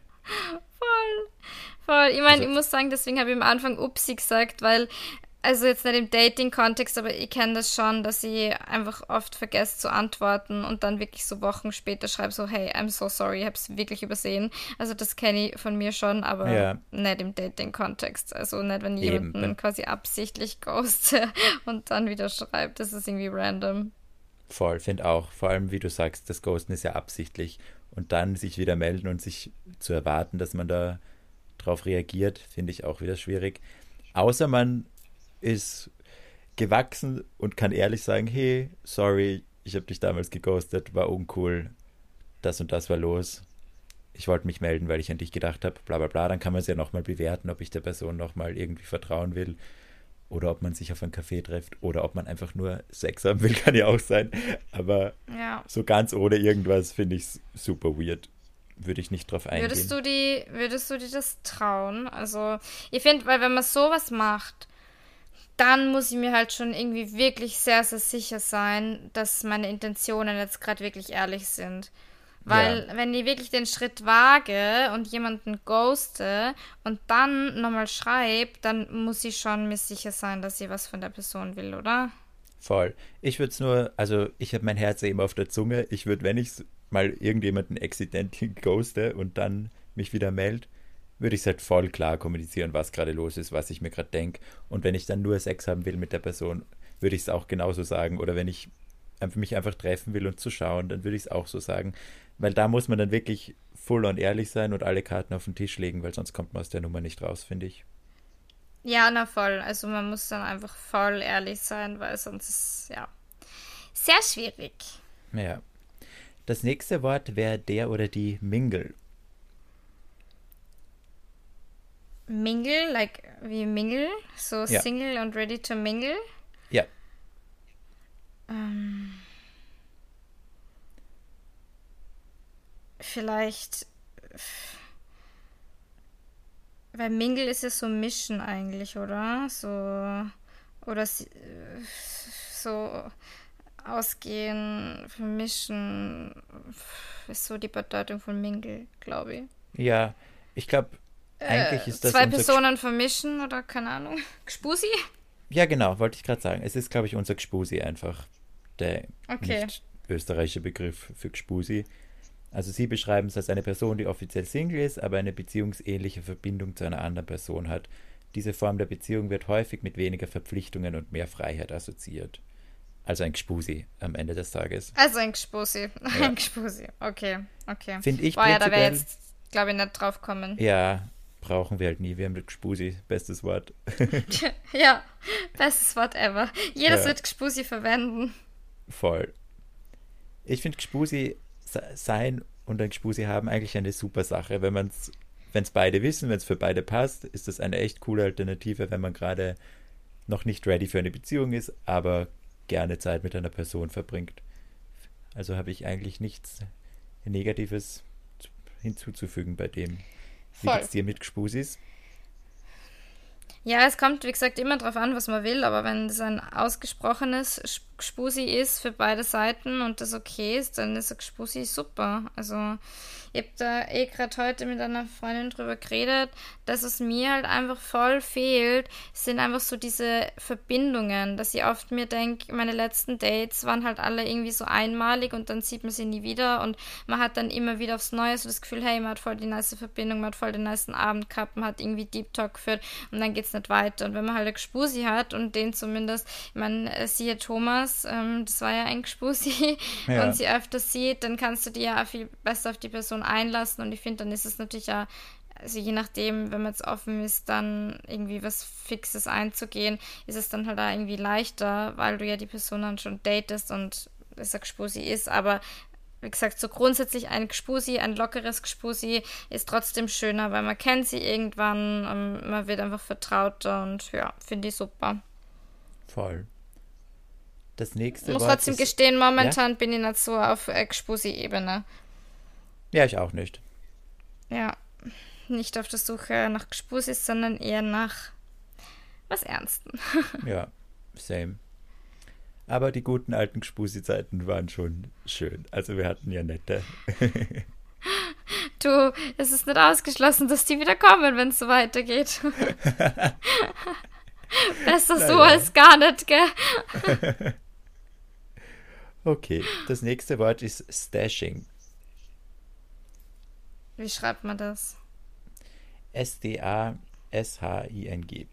Speaker 1: Voll. Voll. Ich meine,
Speaker 2: Also,
Speaker 1: ich muss sagen, deswegen habe ich am Anfang Upsi gesagt, weil, also jetzt nicht im Dating-Kontext, aber ich kenne das schon, dass ich einfach oft vergesse zu antworten und dann wirklich so Wochen später schreibe so, hey, I'm so sorry, ich habe es wirklich übersehen. Also das kenne ich von mir schon, aber
Speaker 2: ja,
Speaker 1: nicht im Dating-Kontext. Also nicht, wenn ich
Speaker 2: eben,
Speaker 1: jemanden quasi absichtlich ghoste und dann wieder schreibe, das ist irgendwie random.
Speaker 2: voll, finde auch, vor allem wie du sagst, das Ghosten ist ja absichtlich und dann sich wieder melden und sich zu erwarten, dass man da drauf reagiert, finde ich auch wieder schwierig. Außer man ist gewachsen und kann ehrlich sagen, hey, sorry, ich habe dich damals geghostet, war uncool, das und das war los. Ich wollte mich melden, weil ich an dich gedacht habe, bla bla bla. Dann kann man es ja nochmal bewerten, ob ich der Person nochmal irgendwie vertrauen will oder ob man sich auf einen Café trifft oder ob man einfach nur Sex haben will, kann ja auch sein. Aber
Speaker 1: Ja.
Speaker 2: so ganz ohne irgendwas finde ich es super weird. Würde ich nicht drauf eingehen.
Speaker 1: Würdest du dir das trauen? Also, ich finde, weil wenn man sowas macht, dann muss ich mir halt schon irgendwie wirklich sehr, sehr sicher sein, dass meine Intentionen jetzt gerade wirklich ehrlich sind.
Speaker 2: Ja,
Speaker 1: Weil wenn ich wirklich den Schritt wage und jemanden ghoste und dann nochmal schreibe, dann muss ich schon mir sicher sein, dass ich was von der Person will, oder?
Speaker 2: voll. Ich würde es nur, also ich habe mein Herz ja immer auf der Zunge. Ich würde, wenn ich mal irgendjemanden accidentally ghoste und dann mich wieder melde, würde ich es halt voll klar kommunizieren, was gerade los ist, was ich mir gerade denke. Und wenn ich dann nur Sex haben will mit der Person, würde ich es auch genauso sagen. Oder wenn ich mich einfach treffen will und zu schauen, dann würde ich es auch so sagen. Weil da muss man dann wirklich full on ehrlich sein und alle Karten auf den Tisch legen, weil sonst kommt man aus der Nummer nicht raus, finde ich.
Speaker 1: Ja, na voll. Also man muss dann einfach voll ehrlich sein, weil sonst ist ja sehr schwierig.
Speaker 2: Ja. Das nächste Wort wäre der oder die Mingle.
Speaker 1: Mingle, like wie Mingle, so
Speaker 2: Ja,
Speaker 1: Single und ready to mingle.
Speaker 2: ja,
Speaker 1: Ähm, vielleicht, weil Mingle ist ja so Mischen eigentlich, oder? So, oder so ausgehen, vermischen, ist so die Bedeutung von Mingle, glaube ich.
Speaker 2: ja. Ich glaube, eigentlich ist das
Speaker 1: Zwei
Speaker 2: unser
Speaker 1: Personen vermischen oder keine Ahnung. Gspusi?
Speaker 2: Ja, genau, wollte ich gerade sagen. Es ist, glaube ich, unser Gspusi einfach, der
Speaker 1: Okay.
Speaker 2: nicht österreichische Begriff für Gspusi. Also sie beschreiben es als eine Person, die offiziell Single ist, aber eine beziehungsähnliche Verbindung zu einer anderen Person hat. Diese Form der Beziehung wird häufig mit weniger Verpflichtungen und mehr Freiheit assoziiert. Also ein Gspusi am Ende des Tages.
Speaker 1: Also ein Gspusi.
Speaker 2: Ja.
Speaker 1: Ein Gspusi. Okay, okay.
Speaker 2: Finde ich
Speaker 1: Boah, ja, da wäre
Speaker 2: prinzipiell,
Speaker 1: jetzt, glaube ich, nicht drauf kommen.
Speaker 2: ja, brauchen wir halt nie. Wir haben das Gspusi, bestes Wort.
Speaker 1: Ja, bestes Wort ever. Jedes
Speaker 2: Ja,
Speaker 1: wird Gspusi verwenden.
Speaker 2: voll. Ich finde Gspusi sein und ein Gspusi haben eigentlich eine super Sache. Wenn es beide wissen, wenn es für beide passt, ist das eine echt coole Alternative, wenn man gerade noch nicht ready für eine Beziehung ist, aber gerne Zeit mit einer Person verbringt. Also habe ich eigentlich nichts Negatives hinzuzufügen bei dem. Wie
Speaker 1: Voll.
Speaker 2: geht's dir mit Gspusis?
Speaker 1: Ja, es kommt, wie gesagt, immer drauf an, was man will, aber wenn es ein ausgesprochenes Gspusi ist für beide Seiten und das okay ist, dann ist ein Gspusi super. Also, ich habe da eh gerade heute mit einer Freundin drüber geredet, dass es mir halt einfach voll fehlt, sind einfach so diese Verbindungen, dass ich oft mir denke, meine letzten Dates waren halt alle irgendwie so einmalig und dann sieht man sie nie wieder und man hat dann immer wieder aufs Neue so das Gefühl, hey, man hat voll die nice Verbindung, man hat voll den nice Abend gehabt, man hat irgendwie Deep Talk geführt und dann geht's nicht weiter. Und wenn man halt einen Gspusi hat und den zumindest, ich meine, siehe Thomas, das war ja ein Gspusi und
Speaker 2: Ja,
Speaker 1: sie öfter sieht, dann kannst du dir ja auch viel besser auf die Person einlassen und ich finde, dann ist es natürlich ja, also je nachdem, wenn man jetzt offen ist, dann irgendwie was Fixes einzugehen, ist es dann halt auch irgendwie leichter, weil du ja die Person dann schon datest und es ein Gspusi ist, aber wie gesagt, so grundsätzlich ein Gspusi, ein lockeres Gspusi ist trotzdem schöner, weil man kennt sie irgendwann, man wird einfach vertrauter und ja, finde ich super.
Speaker 2: Voll. Das
Speaker 1: Ich
Speaker 2: nächste
Speaker 1: muss
Speaker 2: Wort
Speaker 1: trotzdem
Speaker 2: ist,
Speaker 1: gestehen,
Speaker 2: ja?
Speaker 1: momentan bin ich nicht so auf Gspusi-Ebene.
Speaker 2: Ja, ich auch nicht.
Speaker 1: Ja, nicht auf der Suche nach Gspusis, sondern eher nach was Ernstem.
Speaker 2: Ja, same. Aber die guten alten Gspusi-Zeiten waren schon schön. Also wir hatten ja nette.
Speaker 1: Du, es ist nicht ausgeschlossen, dass die wieder kommen, wenn es so weitergeht. Besser so
Speaker 2: Naja.
Speaker 1: als gar nicht, gell?
Speaker 2: Okay, das nächste Wort ist Stashing.
Speaker 1: Wie schreibt man das?
Speaker 2: S-D-A-S-H-I-N-G.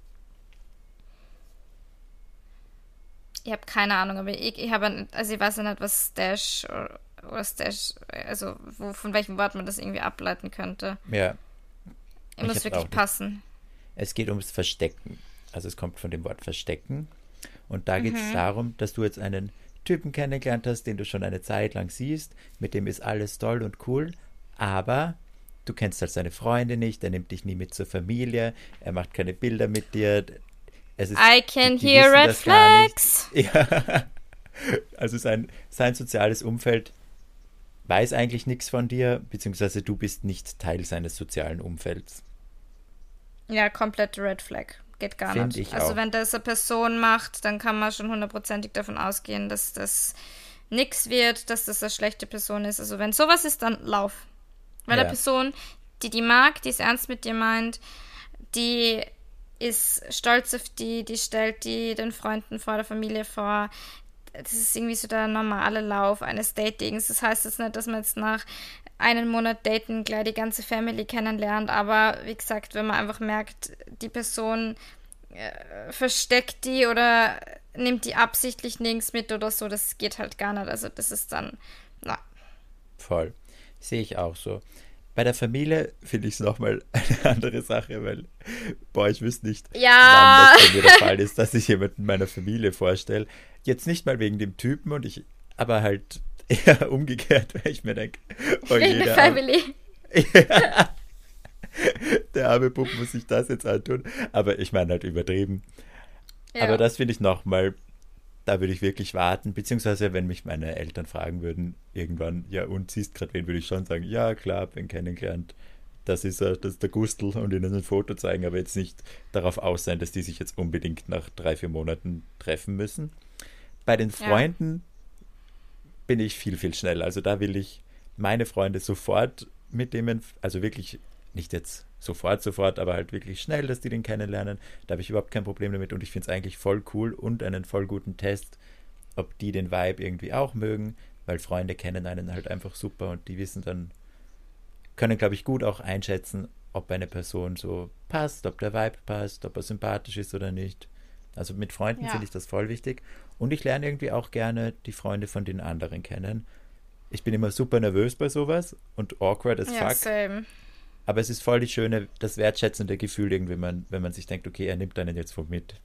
Speaker 1: Ich habe keine Ahnung, aber ich habe, also ich weiß ja nicht, was Stash oder Stash, also von welchem Wort man das irgendwie ableiten könnte.
Speaker 2: Ja,
Speaker 1: Ich
Speaker 2: ich
Speaker 1: muss
Speaker 2: hab's auch
Speaker 1: wirklich
Speaker 2: nicht.
Speaker 1: passen.
Speaker 2: Es geht ums Verstecken. Also es kommt von dem Wort Verstecken. Und da geht es darum, dass du jetzt einen Typen kennengelernt hast, den du schon eine Zeit lang siehst. Mit dem ist alles toll und cool. Aber du kennst halt seine Freunde nicht. Er nimmt dich nie mit zur Familie. Er macht keine Bilder mit dir. Es ist,
Speaker 1: I can
Speaker 2: die
Speaker 1: hear
Speaker 2: wissen
Speaker 1: red
Speaker 2: das gar nicht.
Speaker 1: flags.
Speaker 2: Ja. Also sein soziales Umfeld weiß eigentlich nichts von dir, beziehungsweise du bist nicht Teil seines sozialen Umfelds.
Speaker 1: Ja, komplett Red Flag. Geht gar
Speaker 2: Finde
Speaker 1: nicht.
Speaker 2: ich
Speaker 1: Also
Speaker 2: auch.
Speaker 1: wenn das eine Person macht, dann kann man schon hundertprozentig davon ausgehen, dass das nix wird, dass das eine schlechte Person ist. Also wenn sowas ist, dann lauf. Weil eine
Speaker 2: Ja,
Speaker 1: Person, die mag, die es ernst mit dir meint, die ist stolz auf die stellt die den Freunden vor, der Familie vor. Das ist irgendwie so der normale Lauf eines Datings. Das heißt jetzt nicht, dass man jetzt nach einem Monat Daten gleich die ganze Family kennenlernt, aber wie gesagt, wenn man einfach merkt, die Person versteckt die oder nimmt die absichtlich nirgends mit oder so, das geht halt gar nicht. Also das ist dann, na,
Speaker 2: voll. Sehe ich auch so. Bei der Familie finde ich es nochmal eine andere Sache, weil, boah, ich wüsste nicht, wann
Speaker 1: ja,
Speaker 2: das bei mir der Fall ist, dass ich jemanden meiner Familie vorstelle. Jetzt nicht mal wegen dem Typen aber halt eher umgekehrt, weil ich mir denke, oh
Speaker 1: wegen
Speaker 2: je,
Speaker 1: der Family.
Speaker 2: der arme Bub muss sich das jetzt antun. Aber ich meine halt übertrieben. Aber
Speaker 1: Ja.
Speaker 2: das finde ich nochmal, da würde ich wirklich warten, beziehungsweise wenn mich meine Eltern fragen würden, irgendwann, ja und siehst gerade wen, würde ich schon sagen, ja klar, hab ihn kennengelernt, das ist er, das ist der Gustl und ihnen ein Foto zeigen, aber jetzt nicht darauf aus sein, dass die sich jetzt unbedingt nach 3, 4 Monaten treffen müssen. Bei den
Speaker 1: Ja.
Speaker 2: Freunden bin ich viel, viel schneller. Also da will ich meine Freunde sofort mit denen, also wirklich nicht jetzt sofort, aber halt wirklich schnell, dass die den kennenlernen. Da habe ich überhaupt kein Problem damit und ich finde es eigentlich voll cool und einen voll guten Test, ob die den Vibe irgendwie auch mögen, weil Freunde kennen einen halt einfach super und die wissen dann, können glaube ich gut auch einschätzen, ob eine Person so passt, ob der Vibe passt, ob er sympathisch ist oder nicht. Also mit Freunden finde
Speaker 1: Ja.
Speaker 2: ich das voll wichtig und ich lerne irgendwie auch gerne die Freunde von den anderen kennen. Ich bin immer super nervös bei sowas und awkward as
Speaker 1: Ja,
Speaker 2: fuck.
Speaker 1: same.
Speaker 2: Aber es ist voll die schöne, das wertschätzende Gefühl irgendwie, wenn man sich denkt, okay, er nimmt einen jetzt wo mit.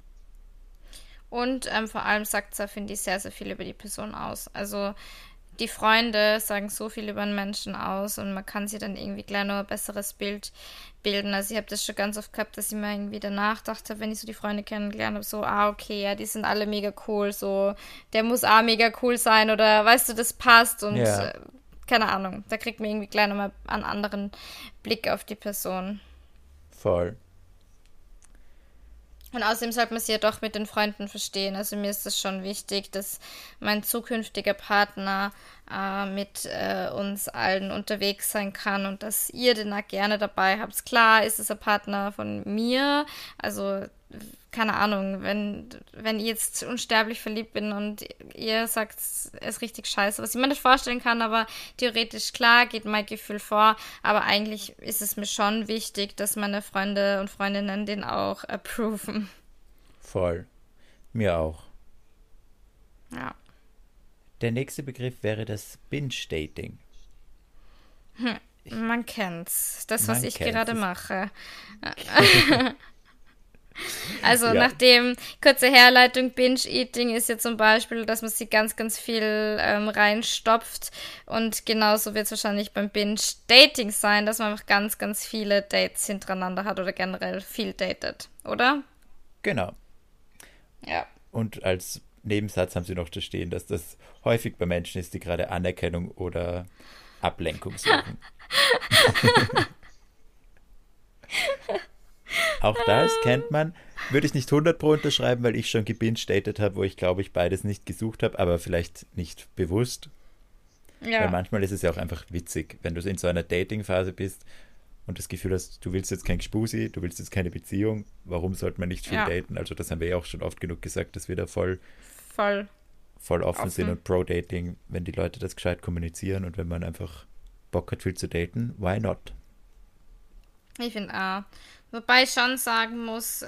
Speaker 1: Und vor allem sagt es, finde ich, sehr, sehr viel über die Person aus. Also die Freunde sagen so viel über einen Menschen aus und man kann sich dann irgendwie gleich noch ein besseres Bild bilden. Also ich habe das schon ganz oft gehabt, dass ich mir irgendwie danach dachte, wenn ich so die Freunde kennengelernt habe, so, okay, ja, die sind alle mega cool, so, der muss auch mega cool sein oder weißt du, das passt und
Speaker 2: Ja,
Speaker 1: keine Ahnung, da kriegt man irgendwie gleich nochmal einen anderen Blick auf die Person.
Speaker 2: voll.
Speaker 1: Und außerdem sollte man sich ja doch mit den Freunden verstehen. Also mir ist es schon wichtig, dass mein zukünftiger Partner mit uns allen unterwegs sein kann und dass ihr den auch gerne dabei habt. Klar ist es ein Partner von mir, also keine Ahnung, wenn ich jetzt unsterblich verliebt bin und ihr sagt, es ist richtig scheiße, was ich mir nicht vorstellen kann, aber theoretisch klar geht mein Gefühl vor, aber eigentlich ist es mir schon wichtig, dass meine Freunde und Freundinnen den auch approven.
Speaker 2: Voll. Mir auch.
Speaker 1: Ja.
Speaker 2: Der nächste Begriff wäre das Binge-Dating.
Speaker 1: Man kennt's. Das, was
Speaker 2: Man
Speaker 1: ich
Speaker 2: kennt
Speaker 1: gerade
Speaker 2: es.
Speaker 1: mache. Also
Speaker 2: Ja,
Speaker 1: nachdem, kurze Herleitung, Binge-Eating ist ja zum Beispiel, dass man sich ganz, ganz viel reinstopft und genauso wird es wahrscheinlich beim Binge-Dating sein, dass man einfach ganz, ganz viele Dates hintereinander hat oder generell viel datet, oder?
Speaker 2: genau.
Speaker 1: Ja.
Speaker 2: Und als Nebensatz haben sie noch zu stehen, dass das häufig bei Menschen ist, die gerade Anerkennung oder Ablenkung suchen. Auch das kennt man. Würde ich nicht 100 pro unterschreiben, weil ich schon gebinged-datet habe, wo ich glaube ich beides nicht gesucht habe, aber vielleicht nicht bewusst. Weil
Speaker 1: Ja.
Speaker 2: manchmal ist es ja auch einfach witzig, wenn du in so einer Dating-Phase bist und das Gefühl hast, du willst jetzt kein Gspusi, du willst jetzt keine Beziehung, warum sollte man nicht viel
Speaker 1: Ja.
Speaker 2: daten? Also das haben wir ja auch schon oft genug gesagt, dass wir da voll,
Speaker 1: Voll
Speaker 2: voll offen sind
Speaker 1: offen.
Speaker 2: und pro Dating, wenn die Leute das gescheit kommunizieren und wenn man einfach Bock hat, viel zu daten, why not?
Speaker 1: Ich finde auch. Wobei ich schon sagen muss,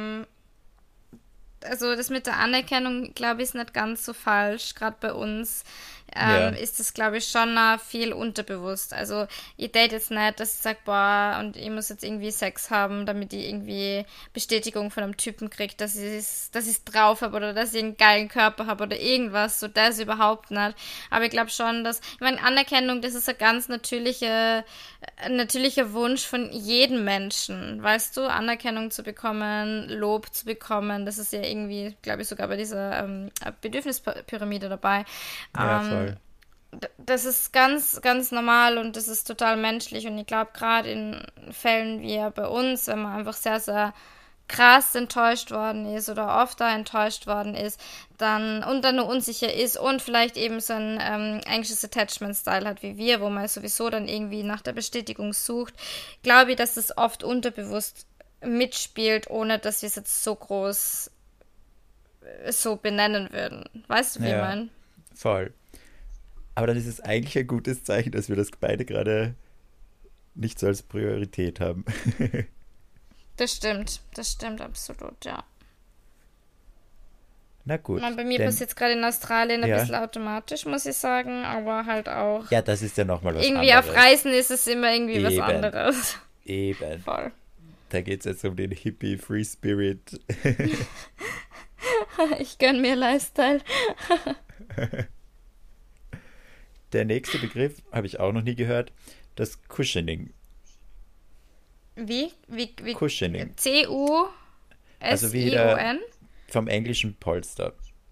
Speaker 1: also das mit der Anerkennung, glaube ich, ist nicht ganz so falsch. Gerade bei uns
Speaker 2: Ja,
Speaker 1: ist das, glaube ich, schon viel unterbewusst. Also ich date jetzt nicht, dass ich sage, boah, und ich muss jetzt irgendwie Sex haben, damit ich irgendwie Bestätigung von einem Typen kriege, dass ich drauf habe oder dass ich einen geilen Körper habe oder irgendwas. So das überhaupt nicht. Aber ich glaube schon, dass, ich meine, Anerkennung, das ist ein ganz natürlicher Wunsch von jedem Menschen, weißt du, Anerkennung zu bekommen, Lob zu bekommen, das ist ja irgendwie, glaube ich, sogar bei dieser Bedürfnispyramide dabei.
Speaker 2: ja,
Speaker 1: Ähm,
Speaker 2: voll.
Speaker 1: Das ist ganz, ganz normal und das ist total menschlich und ich glaube, gerade in Fällen wie ja bei uns, wenn man einfach sehr, sehr krass enttäuscht worden ist oder oft da enttäuscht worden ist, dann nur unsicher ist und vielleicht eben so ein anxious Attachment-Style hat wie wir, wo man sowieso dann irgendwie nach der Bestätigung sucht, glaube ich, dass es oft unterbewusst mitspielt, ohne dass wir es jetzt so groß so benennen würden. Weißt du, wie ich
Speaker 2: Ja,
Speaker 1: meine?
Speaker 2: voll. Aber dann ist es eigentlich ein gutes Zeichen, dass wir das beide gerade nicht so als Priorität haben.
Speaker 1: Das stimmt absolut, ja.
Speaker 2: Na
Speaker 1: Ich meine,
Speaker 2: gut,
Speaker 1: bei mir
Speaker 2: denn
Speaker 1: passiert es gerade in Australien ein
Speaker 2: ja,
Speaker 1: bisschen automatisch, muss ich sagen, aber halt auch
Speaker 2: ja, das ist ja nochmal was
Speaker 1: irgendwie auf
Speaker 2: anderes.
Speaker 1: Reisen ist es immer irgendwie was
Speaker 2: Eben,
Speaker 1: anderes.
Speaker 2: eben.
Speaker 1: Voll.
Speaker 2: Da geht es jetzt um den Hippie Free Spirit.
Speaker 1: Ich gönn mir Lifestyle.
Speaker 2: Der nächste Begriff habe ich auch noch nie gehört. Das Cushioning.
Speaker 1: Wie?
Speaker 2: Cushioning. Also wieder
Speaker 1: Cusion?
Speaker 2: vom englischen Polster.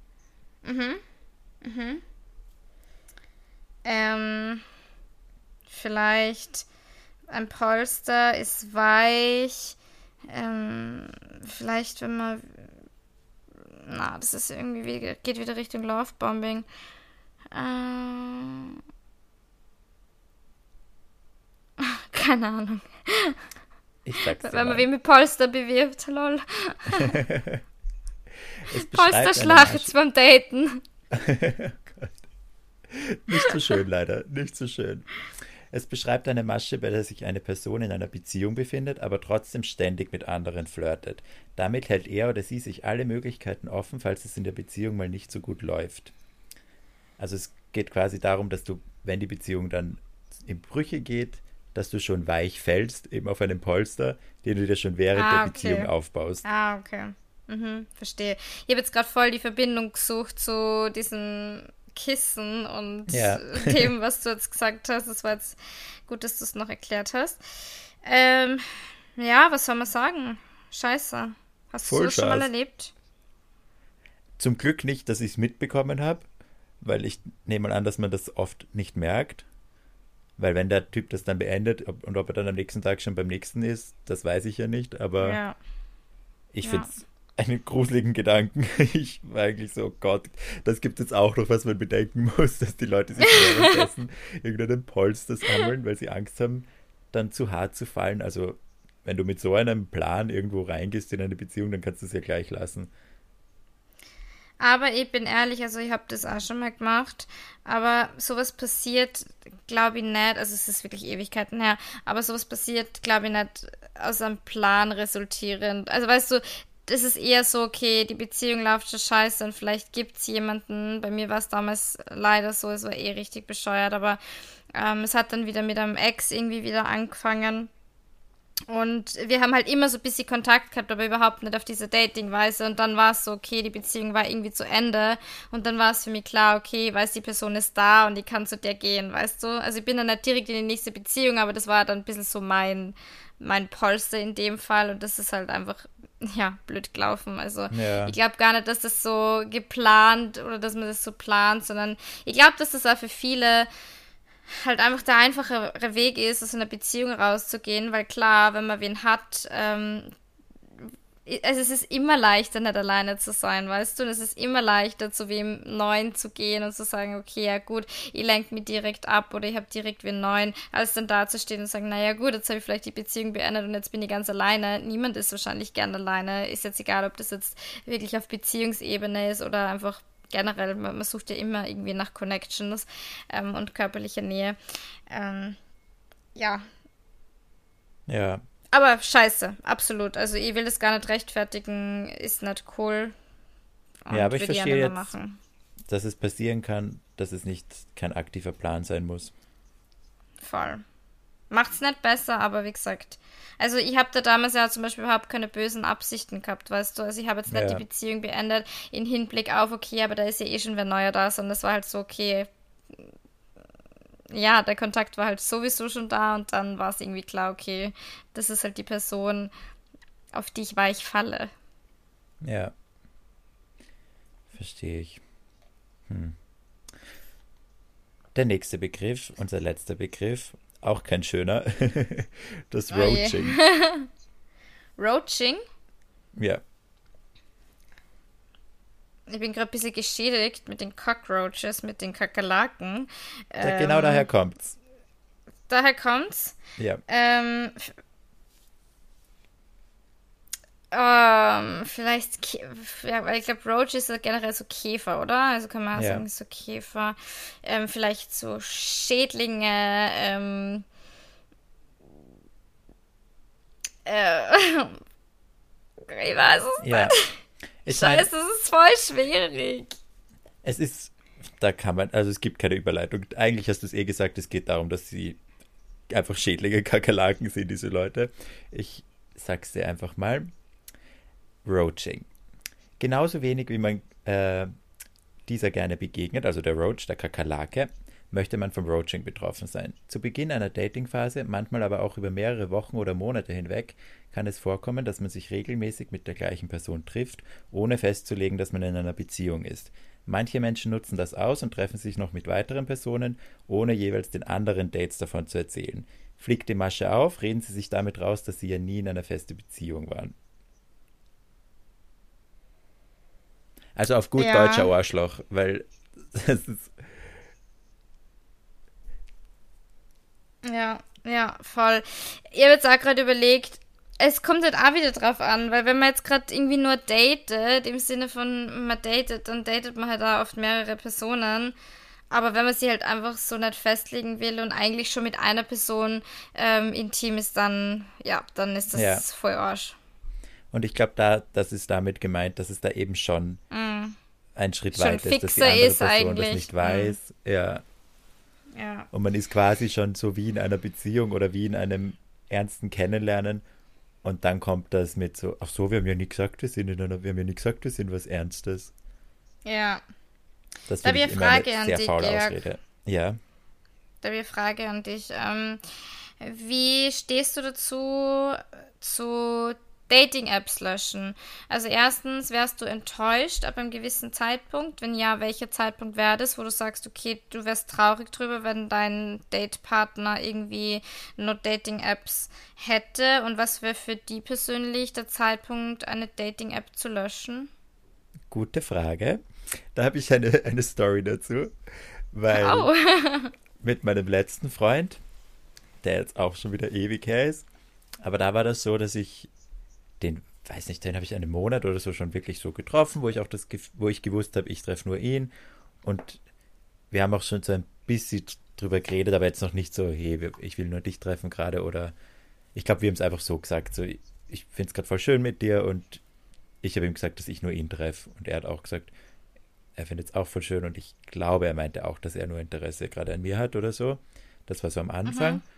Speaker 1: Ähm, vielleicht ein Polster ist weich. Vielleicht, wenn man. Na, das ist irgendwie geht wieder Richtung Lovebombing. Ähm, keine Ahnung.
Speaker 2: Ich sag's dir
Speaker 1: Wenn man
Speaker 2: mal.
Speaker 1: wie mit Polster bewirbt, lol.
Speaker 2: Es beschreibt eine
Speaker 1: Polsterschlacht
Speaker 2: Masche.
Speaker 1: beim Daten.
Speaker 2: Nicht so schön, leider. Nicht so schön. Es beschreibt eine Masche, bei der sich eine Person in einer Beziehung befindet, aber trotzdem ständig mit anderen flirtet. Damit hält er oder sie sich alle Möglichkeiten offen, falls es in der Beziehung mal nicht so gut läuft. Also es geht quasi darum, dass du, wenn die Beziehung dann in Brüche geht, dass du schon weich fällst, eben auf einem Polster, den du dir schon während der
Speaker 1: Ah,
Speaker 2: Beziehung
Speaker 1: okay.
Speaker 2: aufbaust.
Speaker 1: Ah, okay. Mhm, verstehe. Ich habe jetzt gerade voll die Verbindung gesucht zu diesem Kissen und
Speaker 2: Ja,
Speaker 1: dem, was du jetzt gesagt hast. Das war jetzt gut, dass du es noch erklärt hast. Ähm, ja, was soll man sagen? Scheiße. Hast du
Speaker 2: voll
Speaker 1: sowas schon mal
Speaker 2: Spaß.
Speaker 1: erlebt?
Speaker 2: Zum Glück nicht, dass ich es mitbekommen habe, weil ich nehme mal an, dass man das oft nicht merkt. Weil wenn der Typ das dann beendet und ob er dann am nächsten Tag schon beim nächsten ist, das weiß ich ja nicht. Aber
Speaker 1: Ja,
Speaker 2: ich finde
Speaker 1: ja.
Speaker 2: es einen gruseligen Gedanken. Ich war eigentlich so, oh Gott, das gibt es jetzt auch noch, was man bedenken muss, dass die Leute sich währenddessen irgendeinen Polster sammeln, weil sie Angst haben, dann zu hart zu fallen. Also wenn du mit so einem Plan irgendwo reingehst in eine Beziehung, dann kannst du es ja gleich lassen.
Speaker 1: Aber ich bin ehrlich, also ich habe das auch schon mal gemacht, aber sowas passiert, glaube ich nicht, also es ist wirklich Ewigkeiten her, aber sowas passiert, glaube ich nicht aus einem Plan resultierend. Also weißt du, das ist eher so, okay, die Beziehung läuft schon scheiße und vielleicht gibt es jemanden, bei mir war es damals leider so, es war eh richtig bescheuert, aber es hat dann wieder mit einem Ex irgendwie wieder angefangen. Und wir haben halt immer so ein bisschen Kontakt gehabt, aber überhaupt nicht auf diese Dating-Weise. Und dann war es so, okay, die Beziehung war irgendwie zu Ende. Und dann war es für mich klar, okay, weiß, die Person ist da und ich kann zu der gehen, weißt du? Also ich bin dann nicht direkt in die nächste Beziehung, aber das war dann ein bisschen so mein Polster in dem Fall. Und das ist halt einfach, ja, blöd gelaufen. Also
Speaker 2: Ja,
Speaker 1: ich glaube gar nicht, dass das so geplant oder dass man das so plant, sondern ich glaube, dass das auch für viele halt einfach der einfachere Weg ist, aus einer Beziehung rauszugehen, weil klar, wenn man wen hat, also es ist immer leichter, nicht alleine zu sein, weißt du? Und es ist immer leichter, zu wem Neuen zu gehen und zu sagen, okay, ja gut, ich lenke mich direkt ab oder ich habe direkt wen Neuen, als dann dazustehen und sagen, naja gut, jetzt habe ich vielleicht die Beziehung beendet und jetzt bin ich ganz alleine. Niemand ist wahrscheinlich gern alleine. Ist jetzt egal, ob das jetzt wirklich auf Beziehungsebene ist oder einfach generell, man sucht ja immer irgendwie nach Connections und körperlicher Nähe. Ja,
Speaker 2: ja.
Speaker 1: aber scheiße, absolut. Also ich will das gar nicht rechtfertigen, ist nicht cool
Speaker 2: Ja,
Speaker 1: und
Speaker 2: aber ich
Speaker 1: würde ich auch
Speaker 2: verstehe
Speaker 1: nicht mehr
Speaker 2: jetzt,
Speaker 1: machen.
Speaker 2: dass es passieren kann, dass es nicht kein aktiver Plan sein muss.
Speaker 1: Voll. Macht's nicht besser, aber wie gesagt, also ich habe da damals ja zum Beispiel überhaupt keine bösen Absichten gehabt, weißt du. Also ich habe jetzt nicht die
Speaker 2: Ja,
Speaker 1: Beziehung beendet in Hinblick auf, okay, aber da ist ja eh schon wer Neuer da, sondern es war halt so, okay, ja, der Kontakt war halt sowieso schon da und dann war es irgendwie klar, okay, das ist halt die Person, auf die ich weich falle.
Speaker 2: ja, verstehe ich. Hm. Der nächste Begriff, unser letzter Begriff, auch kein schöner, das
Speaker 1: Oh je.
Speaker 2: Roaching.
Speaker 1: Roaching?
Speaker 2: Ja,
Speaker 1: Ich bin gerade ein bisschen geschädigt mit den Cockroaches, mit den Kakerlaken.
Speaker 2: genau daher
Speaker 1: Ähm,
Speaker 2: kommt's.
Speaker 1: daher kommt's.
Speaker 2: Ja,
Speaker 1: Vielleicht, ja, weil ich glaube, Roach ist ja generell so Käfer, oder? Also kann man auch
Speaker 2: ja,
Speaker 1: sagen, so Käfer. Vielleicht so Schädlinge, äh, ich weiß es
Speaker 2: ja.
Speaker 1: nicht.
Speaker 2: Ich meine,
Speaker 1: Scheiße, es ist voll schwierig.
Speaker 2: es ist, da kann man, also es gibt keine Überleitung. Eigentlich hast du es eh gesagt, es geht darum, dass sie einfach Schädlinge, Kakerlaken sind, diese Leute. Ich sag's dir einfach mal. Roaching. Genauso wenig wie man dieser gerne begegnet, also der Roach, der Kakerlake, möchte man vom Roaching betroffen sein. Zu Beginn einer Datingphase, manchmal aber auch über mehrere Wochen oder Monate hinweg, kann es vorkommen, dass man sich regelmäßig mit der gleichen Person trifft, ohne festzulegen, dass man in einer Beziehung ist. Manche Menschen nutzen das aus und treffen sich noch mit weiteren Personen, ohne jeweils den anderen Dates davon zu erzählen. Fliegt die Masche auf, reden sie sich damit raus, dass sie ja nie in einer festen Beziehung waren. Also auf gut deutscher
Speaker 1: Ja,
Speaker 2: Arschloch, weil das ist,
Speaker 1: ja, voll. Ich habe jetzt auch gerade überlegt, es kommt halt auch wieder drauf an, weil wenn man jetzt gerade irgendwie nur datet, im Sinne von man datet, dann datet man halt auch oft mehrere Personen. Aber wenn man sie halt einfach so nicht festlegen will und eigentlich schon mit einer Person intim ist, dann, ja, dann ist
Speaker 2: ja.
Speaker 1: das voll Arsch.
Speaker 2: Und ich glaube, das ist damit gemeint, dass es da eben schon
Speaker 1: Mm.
Speaker 2: ein Schritt
Speaker 1: Schon
Speaker 2: weiter ist, dass die
Speaker 1: fixer
Speaker 2: andere
Speaker 1: ist
Speaker 2: Person das
Speaker 1: eigentlich.
Speaker 2: nicht
Speaker 1: Mm.
Speaker 2: weiß. Ja.
Speaker 1: Ja.
Speaker 2: Und man ist quasi schon so wie in einer Beziehung oder wie in einem ernsten Kennenlernen. Und dann kommt das mit so, ach so, wir haben ja nie gesagt, wir haben ja nie gesagt, wir sind was Ernstes.
Speaker 1: Ja.
Speaker 2: Das
Speaker 1: Da habe
Speaker 2: finde
Speaker 1: ich
Speaker 2: ich
Speaker 1: eine
Speaker 2: immer eine
Speaker 1: Frage an
Speaker 2: sehr
Speaker 1: dich,
Speaker 2: faule
Speaker 1: Georg.
Speaker 2: Ausrede. Ja,
Speaker 1: Da habe ich eine Frage an dich. Wie stehst du dazu, zu Dating-Apps löschen? Also erstens, wärst du enttäuscht ab einem gewissen Zeitpunkt? Wenn ja, welcher Zeitpunkt wäre das, wo du sagst, okay, du wärst traurig drüber, wenn dein Datepartner irgendwie nur Dating-Apps hätte? Und was wäre für die persönlich der Zeitpunkt, eine Dating-App zu löschen?
Speaker 2: gute Frage. Da habe ich eine Story dazu, weil
Speaker 1: Oh.
Speaker 2: mit meinem letzten Freund, der jetzt auch schon wieder ewig her ist, aber da war das so, dass ich den, weiß nicht, den habe ich einen Monat oder so schon wirklich so getroffen, wo ich auch wo ich gewusst habe, ich treffe nur ihn und wir haben auch schon so ein bisschen drüber geredet, aber jetzt noch nicht so, hey, ich will nur dich treffen gerade oder ich glaube, wir haben es einfach so gesagt, so, ich finde es gerade voll schön mit dir und ich habe ihm gesagt, dass ich nur ihn treffe und er hat auch gesagt, er findet es auch voll schön und ich glaube, er meinte auch, dass er nur Interesse gerade an mir hat oder so. Das war so am
Speaker 1: Mhm.
Speaker 2: Anfang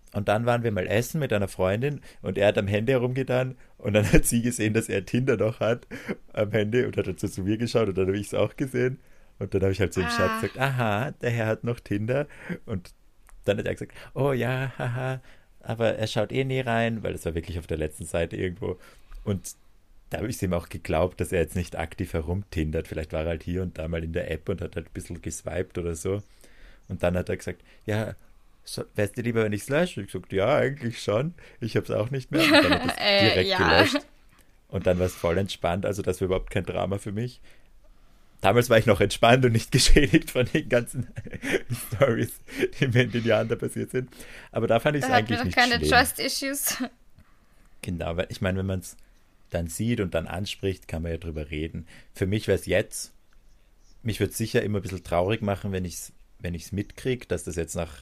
Speaker 2: Und dann waren wir mal essen mit einer Freundin und er hat am Handy herumgetan und dann hat sie gesehen, dass er Tinder noch hat am Handy und hat dann so zu mir geschaut und dann habe ich es auch gesehen. Und dann habe ich halt so im Scherz
Speaker 1: Ah,
Speaker 2: gesagt, aha, der Herr hat noch Tinder. Und dann hat er gesagt, oh ja, haha, aber er schaut eh nie rein, weil das war wirklich auf der letzten Seite irgendwo. Und da habe ich es ihm auch geglaubt, dass er jetzt nicht aktiv herumtindert. Vielleicht war er halt hier und da mal in der App und hat halt ein bisschen geswiped oder so. Und dann hat er gesagt, ja, so, wär's dir lieber, wenn ich es lösche? Ich gesagt, ja, eigentlich schon. Ich habe es auch nicht mehr. Und dann hat er es direkt
Speaker 1: ja.
Speaker 2: gelöscht. Und dann war es voll entspannt, also das war überhaupt kein Drama für mich. Damals war ich noch entspannt und nicht geschädigt von den ganzen Stories, die mir in den Jahren da passiert sind. Aber da fand ich
Speaker 1: Da
Speaker 2: es
Speaker 1: hatten wir
Speaker 2: eigentlich
Speaker 1: noch
Speaker 2: nicht
Speaker 1: keine
Speaker 2: schlimm.
Speaker 1: Trust-Issues.
Speaker 2: Genau, weil ich meine, wenn man es dann sieht und dann anspricht, kann man ja drüber reden. Für mich wäre es jetzt, mich würde es sicher immer ein bisschen traurig machen, wenn ich's mitkriege, dass das jetzt nach,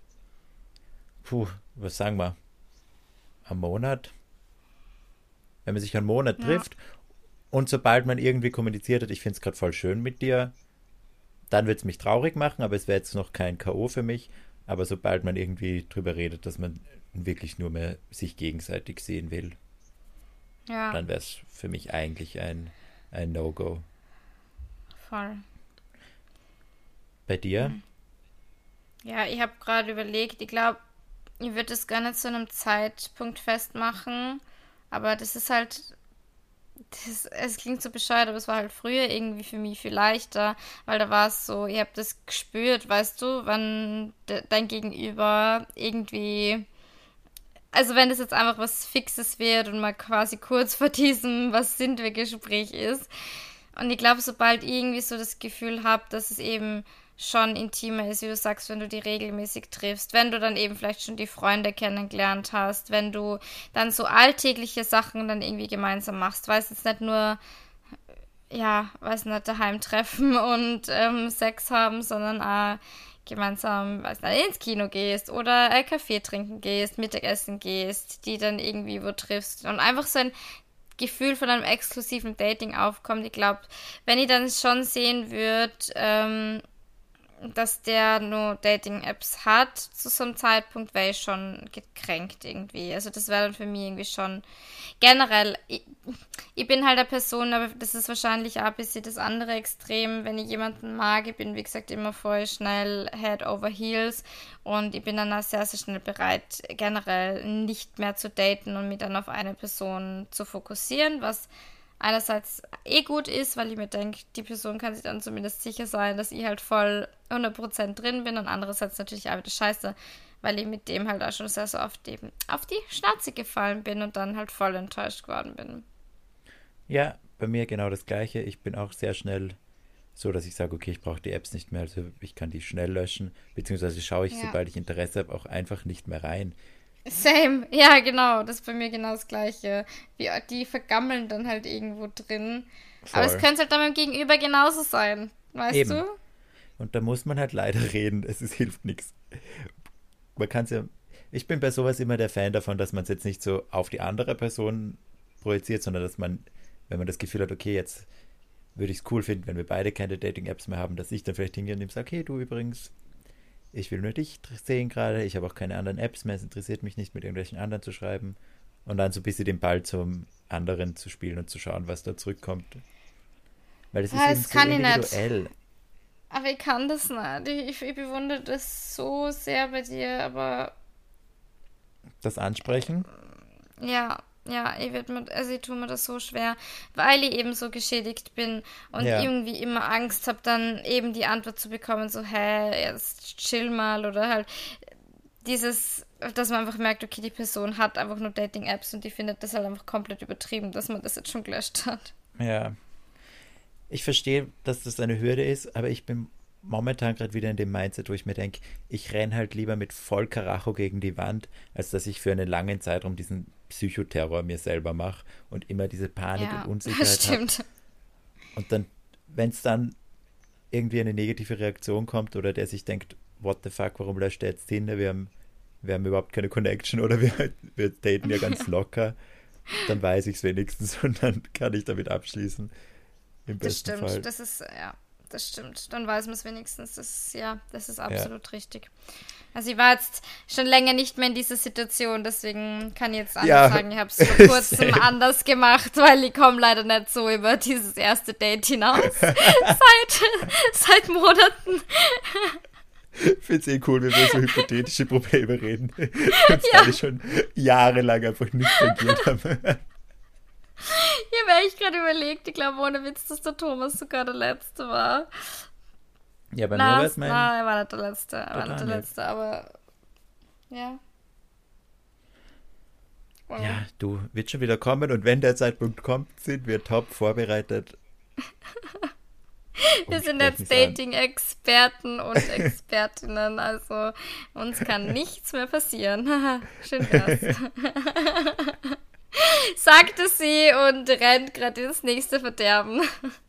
Speaker 2: was sagen wir, am Monat, wenn man sich einen Monat
Speaker 1: Ja,
Speaker 2: trifft und sobald man irgendwie kommuniziert hat, ich finde es gerade voll schön mit dir, dann wird es mich traurig machen, aber es wäre jetzt noch kein K.O. für mich. Aber sobald man irgendwie drüber redet, dass man wirklich nur mehr sich gegenseitig sehen will,
Speaker 1: ja,
Speaker 2: dann wäre es für mich eigentlich ein No-Go.
Speaker 1: voll.
Speaker 2: Bei dir?
Speaker 1: Ja, ich habe gerade überlegt, ich glaube, ich würde es gar nicht zu einem Zeitpunkt festmachen, aber das ist halt, es klingt so bescheuert, aber es war halt früher irgendwie für mich viel leichter, weil da war es so, ich habe das gespürt, weißt du, wenn dein Gegenüber irgendwie, also wenn das jetzt einfach was Fixes wird und man quasi kurz vor diesem Was sind wir Gespräch ist. Und ich glaube, sobald ich irgendwie so das Gefühl habe, dass es eben schon intimer ist, wie du sagst, wenn du die regelmäßig triffst, wenn du dann eben vielleicht schon die Freunde kennengelernt hast, wenn du dann so alltägliche Sachen dann irgendwie gemeinsam machst, weißt jetzt nicht nur, ja, weiß nicht, daheim treffen und Sex haben, sondern auch gemeinsam, weiß nicht, ins Kino gehst oder Kaffee trinken gehst, Mittagessen gehst, die dann irgendwie wo triffst und einfach so ein Gefühl von einem exklusiven Dating aufkommt. Ich glaube, wenn ich dann schon sehen würde, dass der nur Dating-Apps hat, zu so einem Zeitpunkt wäre ich schon gekränkt irgendwie. Also das wäre dann für mich irgendwie schon generell, ich bin halt eine Person, aber das ist wahrscheinlich auch ein bisschen das andere Extrem. Wenn ich jemanden mag, ich bin wie gesagt immer voll schnell Head over Heels und ich bin dann auch sehr, sehr schnell bereit, generell nicht mehr zu daten und mich dann auf eine Person zu fokussieren, was einerseits eh gut ist, weil ich mir denke, die Person kann sich dann zumindest sicher sein, dass ich halt voll 100% drin bin und andererseits natürlich auch wieder scheiße, weil ich mit dem halt auch schon sehr, sehr oft eben auf die Schnauze gefallen bin und dann halt voll enttäuscht geworden bin.
Speaker 2: Ja, bei mir genau das Gleiche. Ich bin auch sehr schnell so, dass ich sage, okay, ich brauche die Apps nicht mehr, also ich kann die schnell löschen, beziehungsweise schaue ich,
Speaker 1: Ja.
Speaker 2: sobald ich Interesse habe, auch einfach nicht mehr rein.
Speaker 1: Same, ja genau, das ist bei mir genau das Gleiche. Die vergammeln dann halt irgendwo drin. Aber es
Speaker 2: Voll.
Speaker 1: könnte halt dann beim Gegenüber genauso sein, weißt du?
Speaker 2: Eben. Und da muss man halt leider reden, hilft nichts. Man kann es ja. Ich bin bei sowas immer der Fan davon, dass man es jetzt nicht so auf die andere Person projiziert, sondern dass man, wenn man das Gefühl hat, okay, jetzt würde ich es cool finden, wenn wir beide keine Dating-Apps mehr haben, dass ich dann vielleicht hingehe und ihm sage, okay, du übrigens, ich will nur dich sehen gerade, ich habe auch keine anderen Apps mehr, es interessiert mich nicht, mit irgendwelchen anderen zu schreiben. Und dann so ein bisschen den Ball zum anderen zu spielen und zu schauen, was da zurückkommt. Weil es ist
Speaker 1: Ja,
Speaker 2: eben
Speaker 1: das
Speaker 2: so
Speaker 1: kann ich nicht.
Speaker 2: individuell,
Speaker 1: Aber ich kann das nicht. Ich bewundere das so sehr bei dir, aber
Speaker 2: das Ansprechen.
Speaker 1: ja, ja, also ich tue mir das so schwer, weil ich eben so geschädigt bin und
Speaker 2: Ja,
Speaker 1: irgendwie immer Angst habe, dann eben die Antwort zu bekommen, so, hä, jetzt chill mal oder halt dieses, dass man einfach merkt, okay, die Person hat einfach nur Dating-Apps und die findet das halt einfach komplett übertrieben, dass man das jetzt schon gelöscht hat.
Speaker 2: ja. Ich verstehe, dass das eine Hürde ist, aber ich bin momentan gerade wieder in dem Mindset, wo ich mir denke, ich renne halt lieber mit voll Karacho gegen die Wand, als dass ich für einen langen Zeitraum diesen Psychoterror mir selber mache und immer diese Panik und
Speaker 1: Ja, das
Speaker 2: Unsicherheit habe.
Speaker 1: stimmt.
Speaker 2: Und dann, wenn es dann irgendwie eine negative Reaktion kommt oder der sich denkt, what the fuck, warum löscht er jetzt Tinder? Wir haben überhaupt keine Connection oder wir daten ja ganz locker, dann weiß ich es wenigstens und dann kann ich damit abschließen. Im
Speaker 1: Das
Speaker 2: besten
Speaker 1: stimmt.
Speaker 2: Fall.
Speaker 1: Das ist, ja, das stimmt. Dann weiß man es wenigstens. Das ist, ja, das ist
Speaker 2: Ja.
Speaker 1: absolut richtig. Also ich war jetzt schon länger nicht mehr in dieser Situation, deswegen kann ich jetzt anders
Speaker 2: Ja.
Speaker 1: sagen, ich habe es vor kurzem anders gemacht, weil ich komme leider nicht so über dieses erste Date hinaus. Seit Monaten.
Speaker 2: Ich finde es cool, wenn wir so hypothetische Probleme reden. Die uns beide schon jahrelang einfach nicht tangiert haben.
Speaker 1: Ich habe echt gerade überlegt, ich glaube ohne Witz, dass der Thomas sogar der Letzte war.
Speaker 2: Ja, bei mir war es mein...
Speaker 1: Nein, er war nicht der Letzte. Er war nicht der
Speaker 2: nicht.
Speaker 1: Letzte, aber ja. Wow.
Speaker 2: Ja, du, wird schon wieder kommen und wenn der Zeitpunkt kommt, sind wir top vorbereitet.
Speaker 1: Wir sind
Speaker 2: sprechen
Speaker 1: jetzt
Speaker 2: es an.
Speaker 1: Dating-Experten und Expertinnen, also uns kann nichts mehr passieren. Schön wär's. Sagte sie und rennt gerade ins nächste Verderben.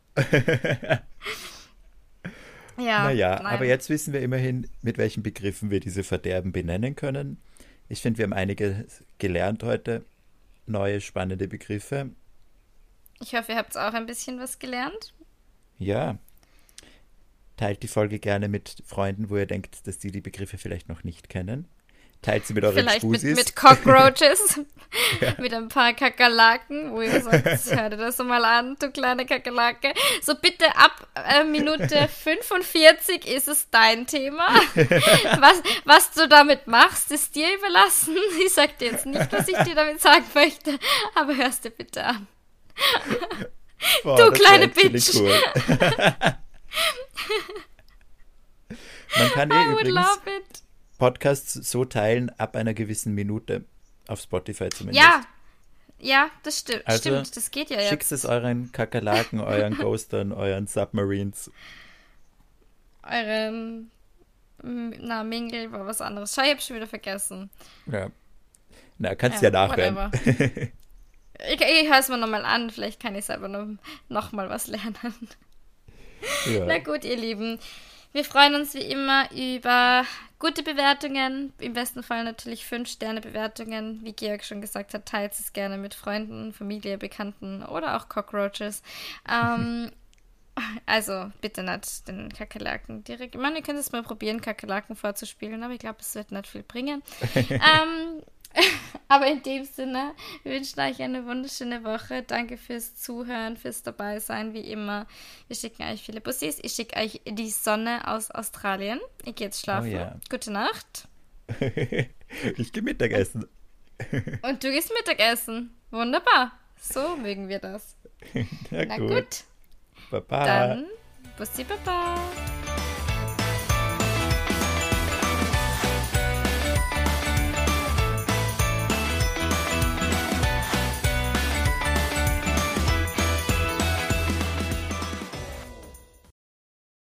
Speaker 1: Ja,
Speaker 2: Naja,
Speaker 1: nein.
Speaker 2: aber jetzt wissen wir immerhin, mit welchen Begriffen wir diese Verderben benennen können. Ich finde, wir haben einige gelernt heute. Neue, spannende Begriffe.
Speaker 1: Ich hoffe, ihr habt auch ein bisschen was gelernt.
Speaker 2: Ja. Teilt die Folge gerne mit Freunden, wo ihr denkt, dass die Begriffe vielleicht noch nicht kennen. Teilt sie mit euren
Speaker 1: Vielleicht
Speaker 2: Spusis.
Speaker 1: mit Cockroaches, mit ein paar Kakerlaken, wo ihr sagt, hör dir das mal an, du kleine Kakerlake. So bitte ab Minute 45 ist es dein Thema. Was du damit machst, ist dir überlassen. Ich sag dir jetzt nicht, was ich dir damit sagen möchte, aber hörst dir bitte an.
Speaker 2: Boah,
Speaker 1: du
Speaker 2: das
Speaker 1: kleine
Speaker 2: war actually
Speaker 1: Bitch.
Speaker 2: Cool. Man kann
Speaker 1: I would
Speaker 2: übrigens
Speaker 1: love it.
Speaker 2: Podcasts so teilen, ab einer gewissen Minute. Auf Spotify zumindest.
Speaker 1: Ja, das stimmt.
Speaker 2: Also,
Speaker 1: Stimmt, das geht ja
Speaker 2: schickt
Speaker 1: jetzt.
Speaker 2: es euren Kakerlaken, euren Ghostern, euren Submarines.
Speaker 1: Euren Mingle war was anderes. Schau, ich hab's schon wieder vergessen.
Speaker 2: Ja. Na, kannst ja nachhören.
Speaker 1: whatever. Ich höre es mir nochmal an, vielleicht kann ich selber noch mal was lernen.
Speaker 2: Ja.
Speaker 1: Na gut, ihr Lieben. Wir freuen uns wie immer über gute Bewertungen, im besten Fall natürlich 5-Sterne-Bewertungen. Wie Georg schon gesagt hat, teilt es gerne mit Freunden, Familie, Bekannten oder auch Cockroaches. Also bitte nicht den Kakerlaken direkt. Ich meine, ihr könnt es mal probieren, Kakerlaken vorzuspielen, aber ich glaube, es wird nicht viel bringen. Aber in dem Sinne, wir wünschen euch eine wunderschöne Woche. Danke fürs Zuhören, fürs Dabeisein, wie immer. Wir schicken euch viele Bussis. Ich schicke euch die Sonne aus Australien. Ich gehe jetzt schlafen.
Speaker 2: Oh ja.
Speaker 1: Gute Nacht.
Speaker 2: Ich gehe Mittagessen.
Speaker 1: Und du gehst Mittagessen. Wunderbar. So mögen wir das.
Speaker 2: Na
Speaker 1: Na
Speaker 2: gut.
Speaker 1: gut.
Speaker 2: Baba.
Speaker 1: Dann Bussi Baba.